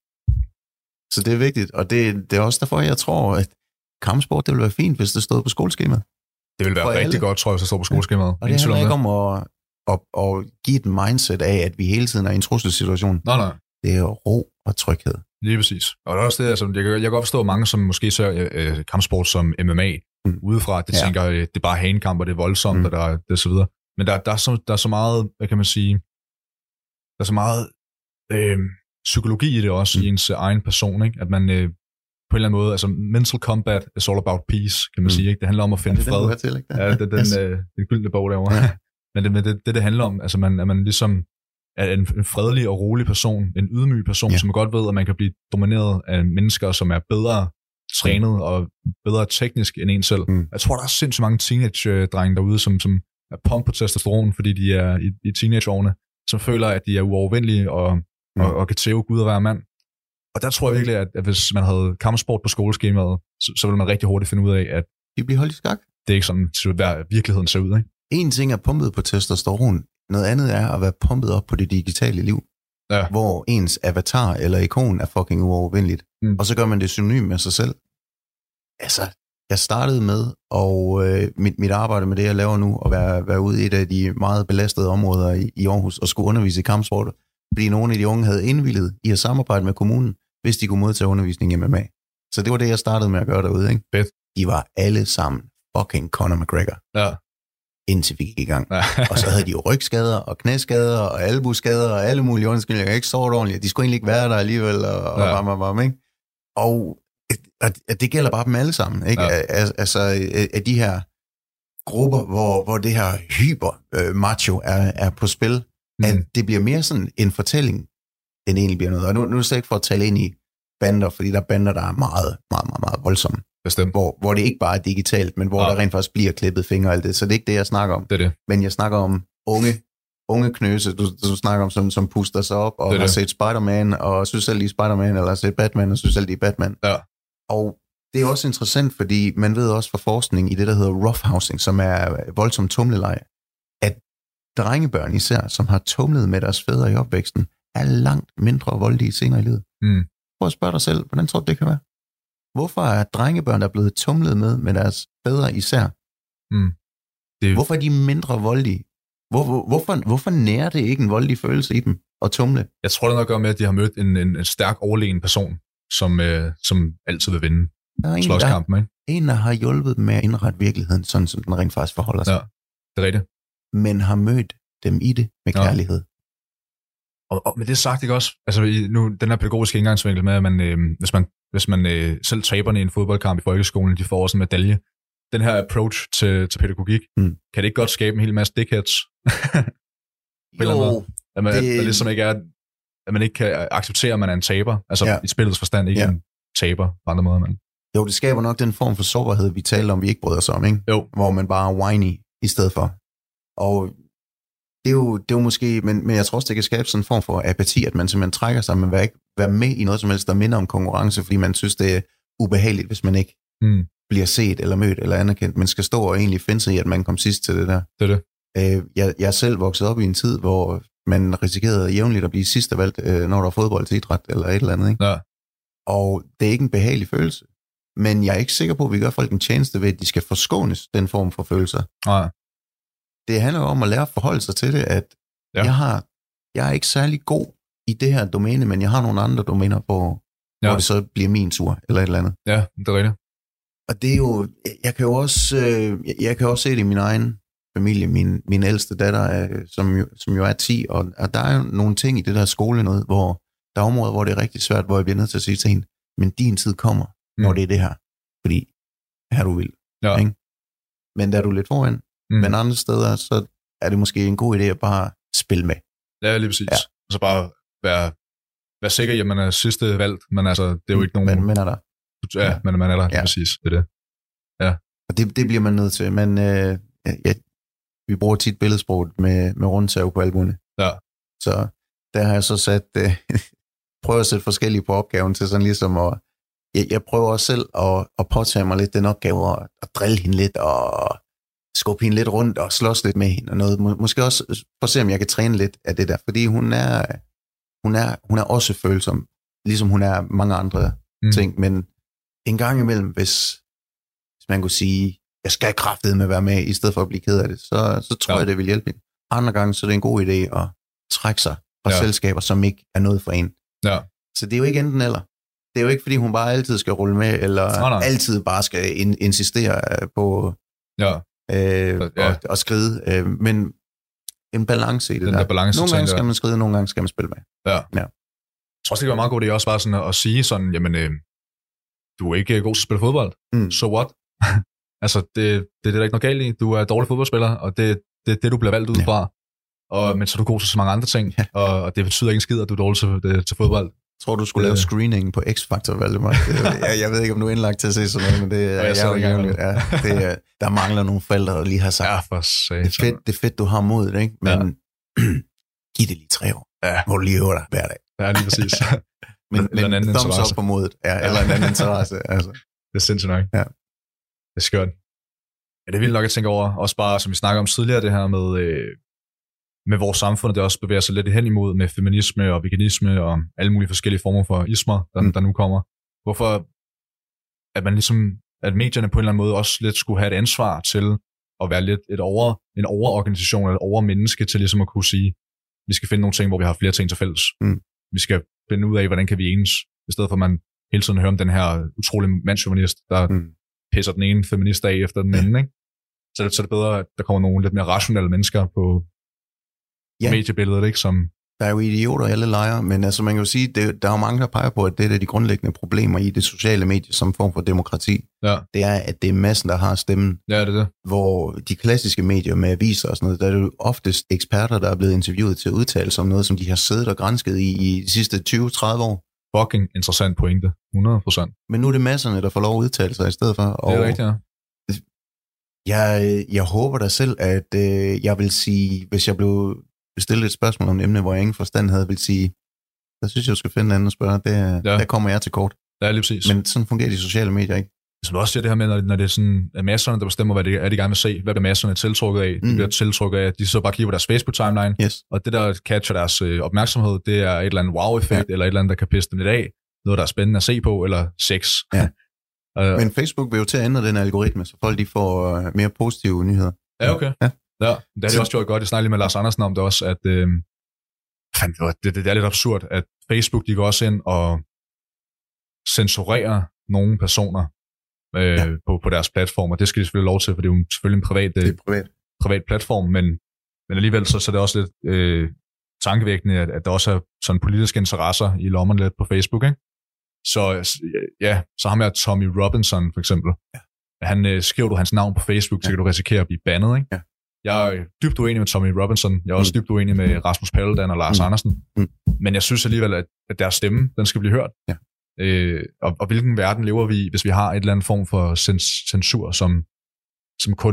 Så det er vigtigt, og det, det er også derfor, jeg tror, at kampsport, det ville være fint, hvis det stod på skoleskemaet. Det ville være for rigtig alle. Godt, tror jeg, hvis det stod på skoleskemaet. Og det handler ikke om at, at, at give et mindset af, at vi hele tiden er i en trusselsituation. Nej, nej. Det er ro og tryghed. Lige præcis. Og det er også det, altså, jeg, jeg kan godt forstå mange, som måske ser øh, kampsport som M M A mm. udefra. Det ja. tænker, øh, det er bare hanekamp, og det er voldsomt, mm. og der, det er så videre. Men der, der, er så, der er så meget, hvad kan man sige, der er så meget øh, psykologi i det også, mm. i ens egen person, ikke? At man øh, på en eller anden måde, altså mental combat is all about peace, kan man mm. sige, ikke? Det handler om at finde ja, fred. Til, ikke? Ja, det er den, yes. øh, den gyldne bog derovre. Ja. Men det, det, det, det handler om, altså man, at man ligesom er en, en fredelig og rolig person, en ydmyg person, ja. Som godt ved, at man kan blive domineret af mennesker, som er bedre trænet mm. og bedre teknisk end en selv. Mm. Jeg tror, der er sindssygt mange teenage-drenge derude, som, som er pumped på testosteron, fordi de er i, i teenageårene, som føler, at de er uovervindelige og, mm. og, og kan tæve Gud og være mand. Og der tror jeg virkelig, at, at hvis man havde kampsport på skoleskemaet, så, så ville man rigtig hurtigt finde ud af, at de bliver holdt i skak. Det er ikke sådan, at virkeligheden ser ud, ikke? En ting er pumpet på testosteron, noget andet er at være pumpet op på det digitale liv, ja. Hvor ens avatar eller ikon er fucking uovervindeligt. Mm. Og så gør man det synonym med sig selv. Altså, jeg startede med, og øh, mit, mit arbejde med det, jeg laver nu, at være, være ude i et af de meget belastede områder i, i Aarhus, og skulle undervise i kampsport, fordi nogle af de unge havde indvilliget i at samarbejde med kommunen, hvis de kunne modtage undervisning i M M A. Så det var det, jeg startede med at gøre derude, ikke? Fedt. De var alle sammen fucking Conor McGregor. Ja. Indtil vi gik i gang. Og så havde de jo rygskader, og knæskader, og albuskader, og alle mulige undskyldninger. Ikke sovet ordentligt. De skulle egentlig ikke være der alligevel, og, og ja. bam, bam, bam, ikke? Og at det gælder bare dem alle sammen, ikke? Ja. Al- altså, af de her grupper, hvor, hvor det her hyper øh, macho er, er på spil, mm. at det bliver mere sådan en fortælling, end egentlig bliver noget. Og nu, nu er det ikke for at tale ind i bander, fordi der er bander, der er meget, meget, meget, meget voldsomme. Bestemt. Hvor, hvor det ikke bare er digitalt, men hvor ja. der rent faktisk bliver klippet fingre og alt det. Så det er ikke det, jeg snakker om. Det er det. Men jeg snakker om unge, unge knøse, du, du snakker om, som, som puster sig op, og det har det. set Spider-Man, og synes selv, de er Spider-Man, eller har set Batman, og synes selv, de er Batman. Ja. Og det er også interessant, fordi man ved også fra forskning i det, der hedder roughhousing, som er voldsomt tumleleje, at drengebørn især, som har tumlet med deres fædre i opvæksten, er langt mindre voldelige senere i livet. Mm. Prøv at spørge dig selv, hvordan tror du, det kan være? Hvorfor er drengebørn, der er blevet tumlet med med deres fædre især? Mm. Det... Hvorfor er de mindre voldelige? Hvor, hvor, hvorfor, hvorfor nærer det ikke en voldelig følelse i dem at tumle? Jeg tror, det er noget at gøre med, at de har mødt en, en, en stærk overlegen person, som, øh, som altid vil vinde slåskampen, ikke? En, der har hjulpet dem med at indrette virkeligheden, sådan som den rent faktisk forholder sig. Ja, det er rigtigt. Men har mødt dem i det med kærlighed. Ja. Og, og med det sagt, ikke også? Altså, nu, den her pædagogiske indgangsvinkel med, at man, øh, hvis man, hvis man øh, selv taberne i en fodboldkamp i folkeskolen, de får også en medalje. Den her approach til, til pædagogik, mm. kan det ikke godt skabe en hel masse dickheads? Jo, at man, det... at, ligesom ikke er, at man ikke kan acceptere, at man er en taber. Altså ja. i spillets forstand, ikke ja. en taber på andre måder. Men... Jo, det skaber nok den form for sårbarhed, vi taler om, vi ikke bryder os om, ikke? Jo. Hvor man bare er whiny i stedet for. Og det er jo, det er jo måske, men, men jeg tror også, det kan skabe sådan en form for apati, at man simpelthen trækker sig, man vil ikke være med i noget som helst, der minder om konkurrence, fordi man synes, det er ubehageligt, hvis man ikke mm. bliver set eller mødt eller anerkendt. Man skal stå og egentlig finde sig i, at man kom sidst til det der. Det er det. Øh, jeg, jeg er selv vokset op i en tid, hvor man risikerede jævnligt at blive sidste valgt, øh, når der var fodbold til idræt eller et eller andet. Ikke? Ja. Og det er ikke en behagelig følelse. Men jeg er ikke sikker på, at vi gør folk en tjeneste ved, at de skal forskånes den form for følelser. Nej. Det handler jo om at lære at forholde sig til det, at ja. jeg, har, jeg er ikke særlig god i det her domæne, men jeg har nogle andre domæner, hvor, ja. hvor det så bliver min tur, eller et eller andet. Ja, det er rigtigt. Og det er jo, jeg kan jo også, øh, jeg kan også se det i min egen familie. Min, min ældste datter, er, som, jo, som jo er ti, og, og der er jo nogle ting i det der skole noget, hvor der er områder, hvor det er rigtig svært, hvor jeg bliver nødt til at sige til hende, men din tid kommer, når mm. det er det her. Fordi her du vil. Ja. Ikke? Men der er du lidt foran. Mm. Men andre steder, så er det måske en god idé at bare spille med. Ja, lige præcis. Ja. Og så bare være, være sikker i, at man er sidste valgt, men altså, det er jo ikke nogen... Men man er der. Ja, ja. Men man er der, ja. Præcis. Det er det. Ja. Og det, det bliver man nødt til. Men øh, ja, vi bruger tit billedsproget med, med rundsav på albuerne. Ja. Så der har jeg så sat... Øh, prøver at sætte forskellige på opgaven til sådan ligesom at... Jeg, jeg prøver også selv at, at påtage mig lidt den opgave at, at drille hende lidt og skubbe hende lidt rundt og slås lidt med hende og noget. Må, måske også for at se, om jeg kan træne lidt af det der, fordi hun er, hun er, hun er også følsom, ligesom hun er mange andre mm. ting, men en gang imellem, hvis, hvis man kunne sige, jeg skal kraftedeme være med, i stedet for at blive ked af det, så, så tror ja. jeg, det vil hjælpe hende. Andre gange, så er det en god idé at trække sig fra ja. selskaber, som ikke er noget for en. Ja. Så det er jo ikke enten eller. Det er jo ikke, fordi hun bare altid skal rulle med, eller nej, nej. altid bare skal in- insistere på ja. øh, ja. at, at skride. Øh, men en balance i det Den der. der balance, nogle gange skal man skride, nogle gange skal man spille med. Ja. ja. Jeg tror også, det kan være meget godt, det er også bare sådan at, at sige sådan, jamen, øh, du er ikke god til at spille fodbold. Mm. So what? altså, det, det, det er der ikke noget galt i. Du er dårlig fodboldspiller, og det er det, det, du bliver valgt ud fra. Ja. Og, men så er du god til så mange andre ting, ja. og, og det betyder ikke en skid, at du er dårlig til, det, til fodbold. Jeg tror, du skulle lave screening på X-Factor, Valdemar. Jeg, jeg ved ikke, om du er indlagt til at se sådan noget, men det er jeg, jeg jo ikke. Ja, det er, der mangler nogle forældre, der lige har sagt, ja, for satan. Det er fedt, det er fedt, du har modet, ikke? Men ja. giv det lige tre år, ja. hvor du lige øver dig hver dag. Ja, lige præcis. men men thumbs up på modet, ja, eller en anden interesse. Altså. Det er sindssygt nok. Ja. Det er skørt. Ja, det er vildt nok at tænke over, også bare, som vi snakker om tidligere, det her med... Øh, med vores samfund, det også bevæger sig lidt hen imod med feminisme og veganisme og alle mulige forskellige former for ismer, der, mm. der nu kommer. Hvorfor at man ligesom, at medierne på en eller anden måde også lidt skulle have et ansvar til at være lidt et over, en overorganisation eller et overmenneske til ligesom at kunne sige, vi skal finde nogle ting, hvor vi har flere ting til fælles. Mm. Vi skal finde ud af, hvordan kan vi enes, i stedet for at man hele tiden hører om den her utrolig mandsjuvenist, der mm. pisser den ene feminist af efter den anden, ikke? Så, så er det bedre, at der kommer nogle lidt mere rationelle mennesker på ja. mediebilledet, ikke? Som, Der er jo idioter i alle lejre, men altså man kan jo sige, det, der er jo mange, der peger på, at det er de grundlæggende problemer i det sociale medie som form for demokrati. Ja. Det er, at det er massen, der har stemmen. Ja, det er det. Hvor de klassiske medier med aviser og sådan noget, der er det jo oftest eksperter, der er blevet interviewet til at udtale sig om noget, som de har siddet og gransket i, i de sidste tyve til tredive år. Fucking interessant pointe. hundrede procent. Men nu er det masserne, der får lov at udtale sig i stedet for. Og det er rigtigt, ja. Jeg, jeg håber da selv, at øh, jeg vil sige, hvis jeg blev stillet et spørgsmål om et emne, hvor jeg ingen forstand havde, vil sige, der synes jeg, du skal finde en anden at spørge. Det, ja. Der kommer jeg til kort. Ja, lige præcis. Men sådan fungerer de sociale medier ikke. Som du også siger det her med, når, når det er sådan, at masserne, der bestemmer, hvad det er, de gerne vil se, hvad er masserne tiltrukket af. De mm. bliver tiltrukket af, at de så bare kigger på deres Facebook-timeline, yes. og det, der catcher deres øh, opmærksomhed, det er et eller andet wow-effekt, ja. eller et eller andet, der kan pisse dem lidt af, noget, der er spændende at se på, eller sex. Ja. uh, Men Facebook vil jo til at ændre den algoritme, så folk de får uh, mere positive nyheder. Ja, okay. Ja. Ja, det har de også gjort godt. Jeg snakkede lige med Lars Andersen om det også, at øh, det, det er lidt absurd, at Facebook, de går også ind og censurerer nogle personer øh, ja. på, på deres platform, og det skal de selvfølgelig lov til, for det er jo selvfølgelig en privat, det er privat. privat platform, men, men alligevel så, så er det også lidt øh, tankevækkende, at, at der også er sådan politiske interesser i lommerne lidt på Facebook, ikke? Så ja, så har man Tommy Robinson for eksempel. Ja. Han øh, skriver du hans navn på Facebook, så ja. kan du risikere at blive bandet, ikke? Ja. Jeg er dybt uenig med Tommy Robinson. Jeg er også mm. dybt uenig med Rasmus Paludan og Lars mm. Andersen. Mm. Men jeg synes alligevel, at, at deres stemme, den skal blive hørt. Ja. Øh, og, og hvilken verden lever vi i, hvis vi har et eller andet form for cens- censur, som, som kun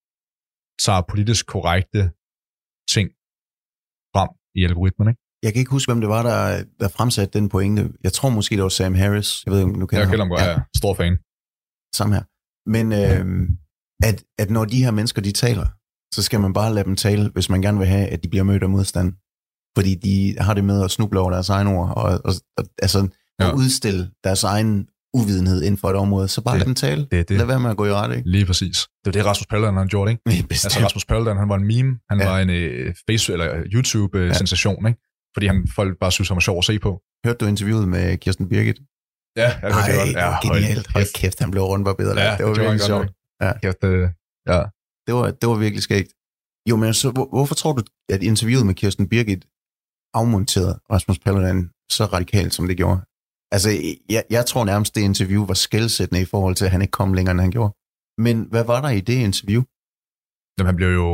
tager politisk korrekte ting frem i algoritmen, ikke? Jeg kan ikke huske, hvem det var, der, der fremsatte den pointe. Jeg tror måske, det var Sam Harris. Jeg ved ikke, nu kender jeg kender ham godt, ja. ja. Stor fan. Samme her. Men øh, at, at når de her mennesker, de taler, så skal man bare lade dem tale, hvis man gerne vil have, at de bliver mødt af modstand. Fordi de har det med at snuble over deres egne ord, og, og, og altså ja. at udstille deres egen uvidenhed inden for et område, så bare det, lad dem tale. Det, det. Lad være med at gå i ret, ikke? Lige præcis. Det var det, Rasmus Paludan han gjorde, ikke? Ja, altså Rasmus Paludan, han var en meme, han ja. var en uh, face- eller YouTube-sensation, ja. ikke? Fordi han, folk bare synes, han var sjov at se på. Hørte du interviewet med Kirsten Birgit? Ja, jeg hørte det godt. Ja, genialt. Hold kæft, han blev rundt på bedre. Ja, det var det virkelig sjovt. Ja. Kæft, uh, ja. Det var, det var virkelig skægt. Jo, men så, hvor, hvorfor tror du, at interviewet med Kirsten Birgit afmonterede Rasmus Paludan så radikalt, som det gjorde? Altså, jeg, jeg tror nærmest, det interview var skelsættende i forhold til, at han ikke kom længere, end han gjorde. Men hvad var der i det interview? Jamen, han blev jo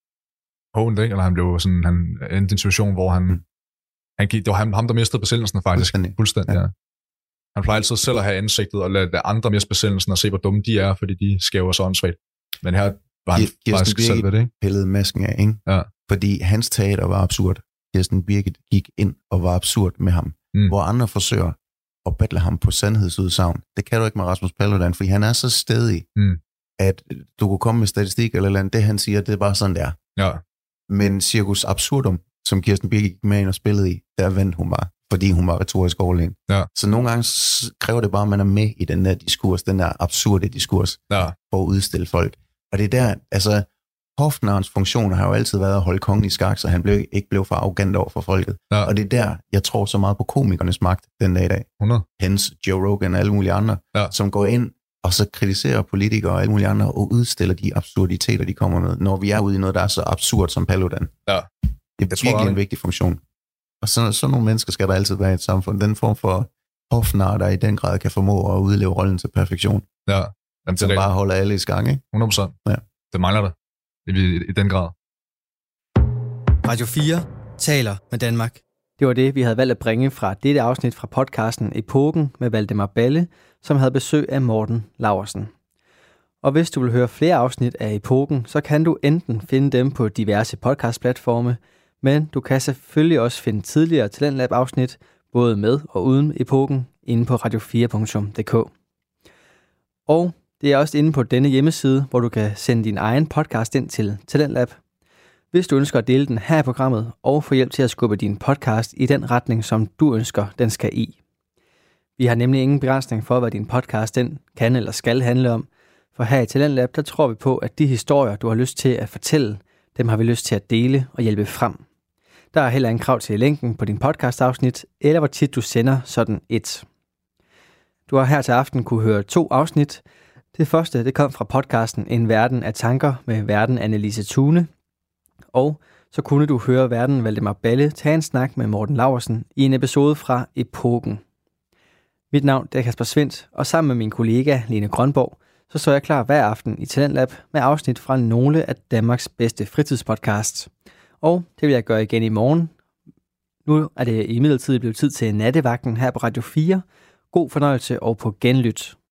hånet, ikke? Eller han blev sådan, han endte en situation, hvor han, mm. han gik, det var ham, ham der mistede besindelsen faktisk. Fuldstændig. Fuldstændig, ja. ja. Han plejer altid selv at have ansigtet og lade andre miste besindelsen og se, hvor dumme de er, fordi de skæver så åndssvagt. Men her var han Kirsten faktisk Birgit selv ved det, ikke? Pillede masken af, ikke? Ja. Fordi hans teater var absurd. Kirsten Birgit gik ind og var absurd med ham. Mm. Hvor andre forsøger at battle ham på sandhedsudsagn. Det kan du ikke med Rasmus Paludan, fordi han er så stædig, mm. at du kunne komme med statistik eller noget. Det han siger, det er bare sådan, det er. Ja. Men Cirkus Absurdum, som Kirsten Birgit gik med ind og spillede i, der vandt hun bare, fordi hun var retorisk overlegen. Ja. Så nogle gange kræver det bare, at man er med i den der diskurs, den der absurde diskurs, ja. for at udstille folk. Og det er der, altså, Hofnarens funktion har jo altid været at holde kongen i skak, så han blev, ikke blev for arrogant over for folket. Ja. Og det er der, jeg tror så meget på komikernes magt den dag i dag. hundrede Hens Joe Rogan og alle mulige andre, ja. som går ind og så kritiserer politikere og alle mulige andre og udstiller de absurditeter, de kommer med, når vi er ude i noget, der er så absurd som Paludan. Ja. Det er jeg virkelig tror, en vigtig funktion. Og sådan, sådan nogle mennesker skal der altid være i et samfund. Den form for hofnar, der i den grad kan formå at udleve rollen til perfektion. Ja. Jamen, som bare holder alle i skang, ikke? hundrede procent Ja. Det mangler det. I, i, i den grad. Radio fire taler med Danmark. Det var det, vi havde valgt at bringe fra dette afsnit fra podcasten Epoken med Valdemar Balle, som havde besøg af Morten Laursen. Og hvis du vil høre flere afsnit af Epoken, så kan du enten finde dem på diverse podcastplatforme, men du kan selvfølgelig også finde tidligere Talentlab-afsnit, både med og uden Epoken, inde på radio fire punktum d k. Og det er også inde på denne hjemmeside, hvor du kan sende din egen podcast ind til Talentlab. Hvis du ønsker at dele den her i programmet, og få hjælp til at skubbe din podcast i den retning, som du ønsker, den skal i. Vi har nemlig ingen begrænsning for, hvad din podcast den kan eller skal handle om, for her i Talentlab, der tror vi på, at de historier, du har lyst til at fortælle, dem har vi lyst til at dele og hjælpe frem. Der er heller ingen krav til linken på din podcastafsnit, eller hvor tit du sender sådan et. Du har her til aften kunne høre to afsnit. Det første, det kom fra podcasten En Verden af Tanker med værten Annelise Thune. og så kunne du høre værten Valdemar Balle tage en snak med Morten Laursen i en episode fra Epoken. Mit navn er Kasper Svendt, og sammen med min kollega Lene Grønborg, så står jeg klar hver aften i Talentlab med afsnit fra nogle af Danmarks bedste fritidspodcasts. Og det vil jeg gøre igen i morgen. Nu er det imidlertid blevet tid til nattevagten her på Radio fire. God fornøjelse og på genlyt.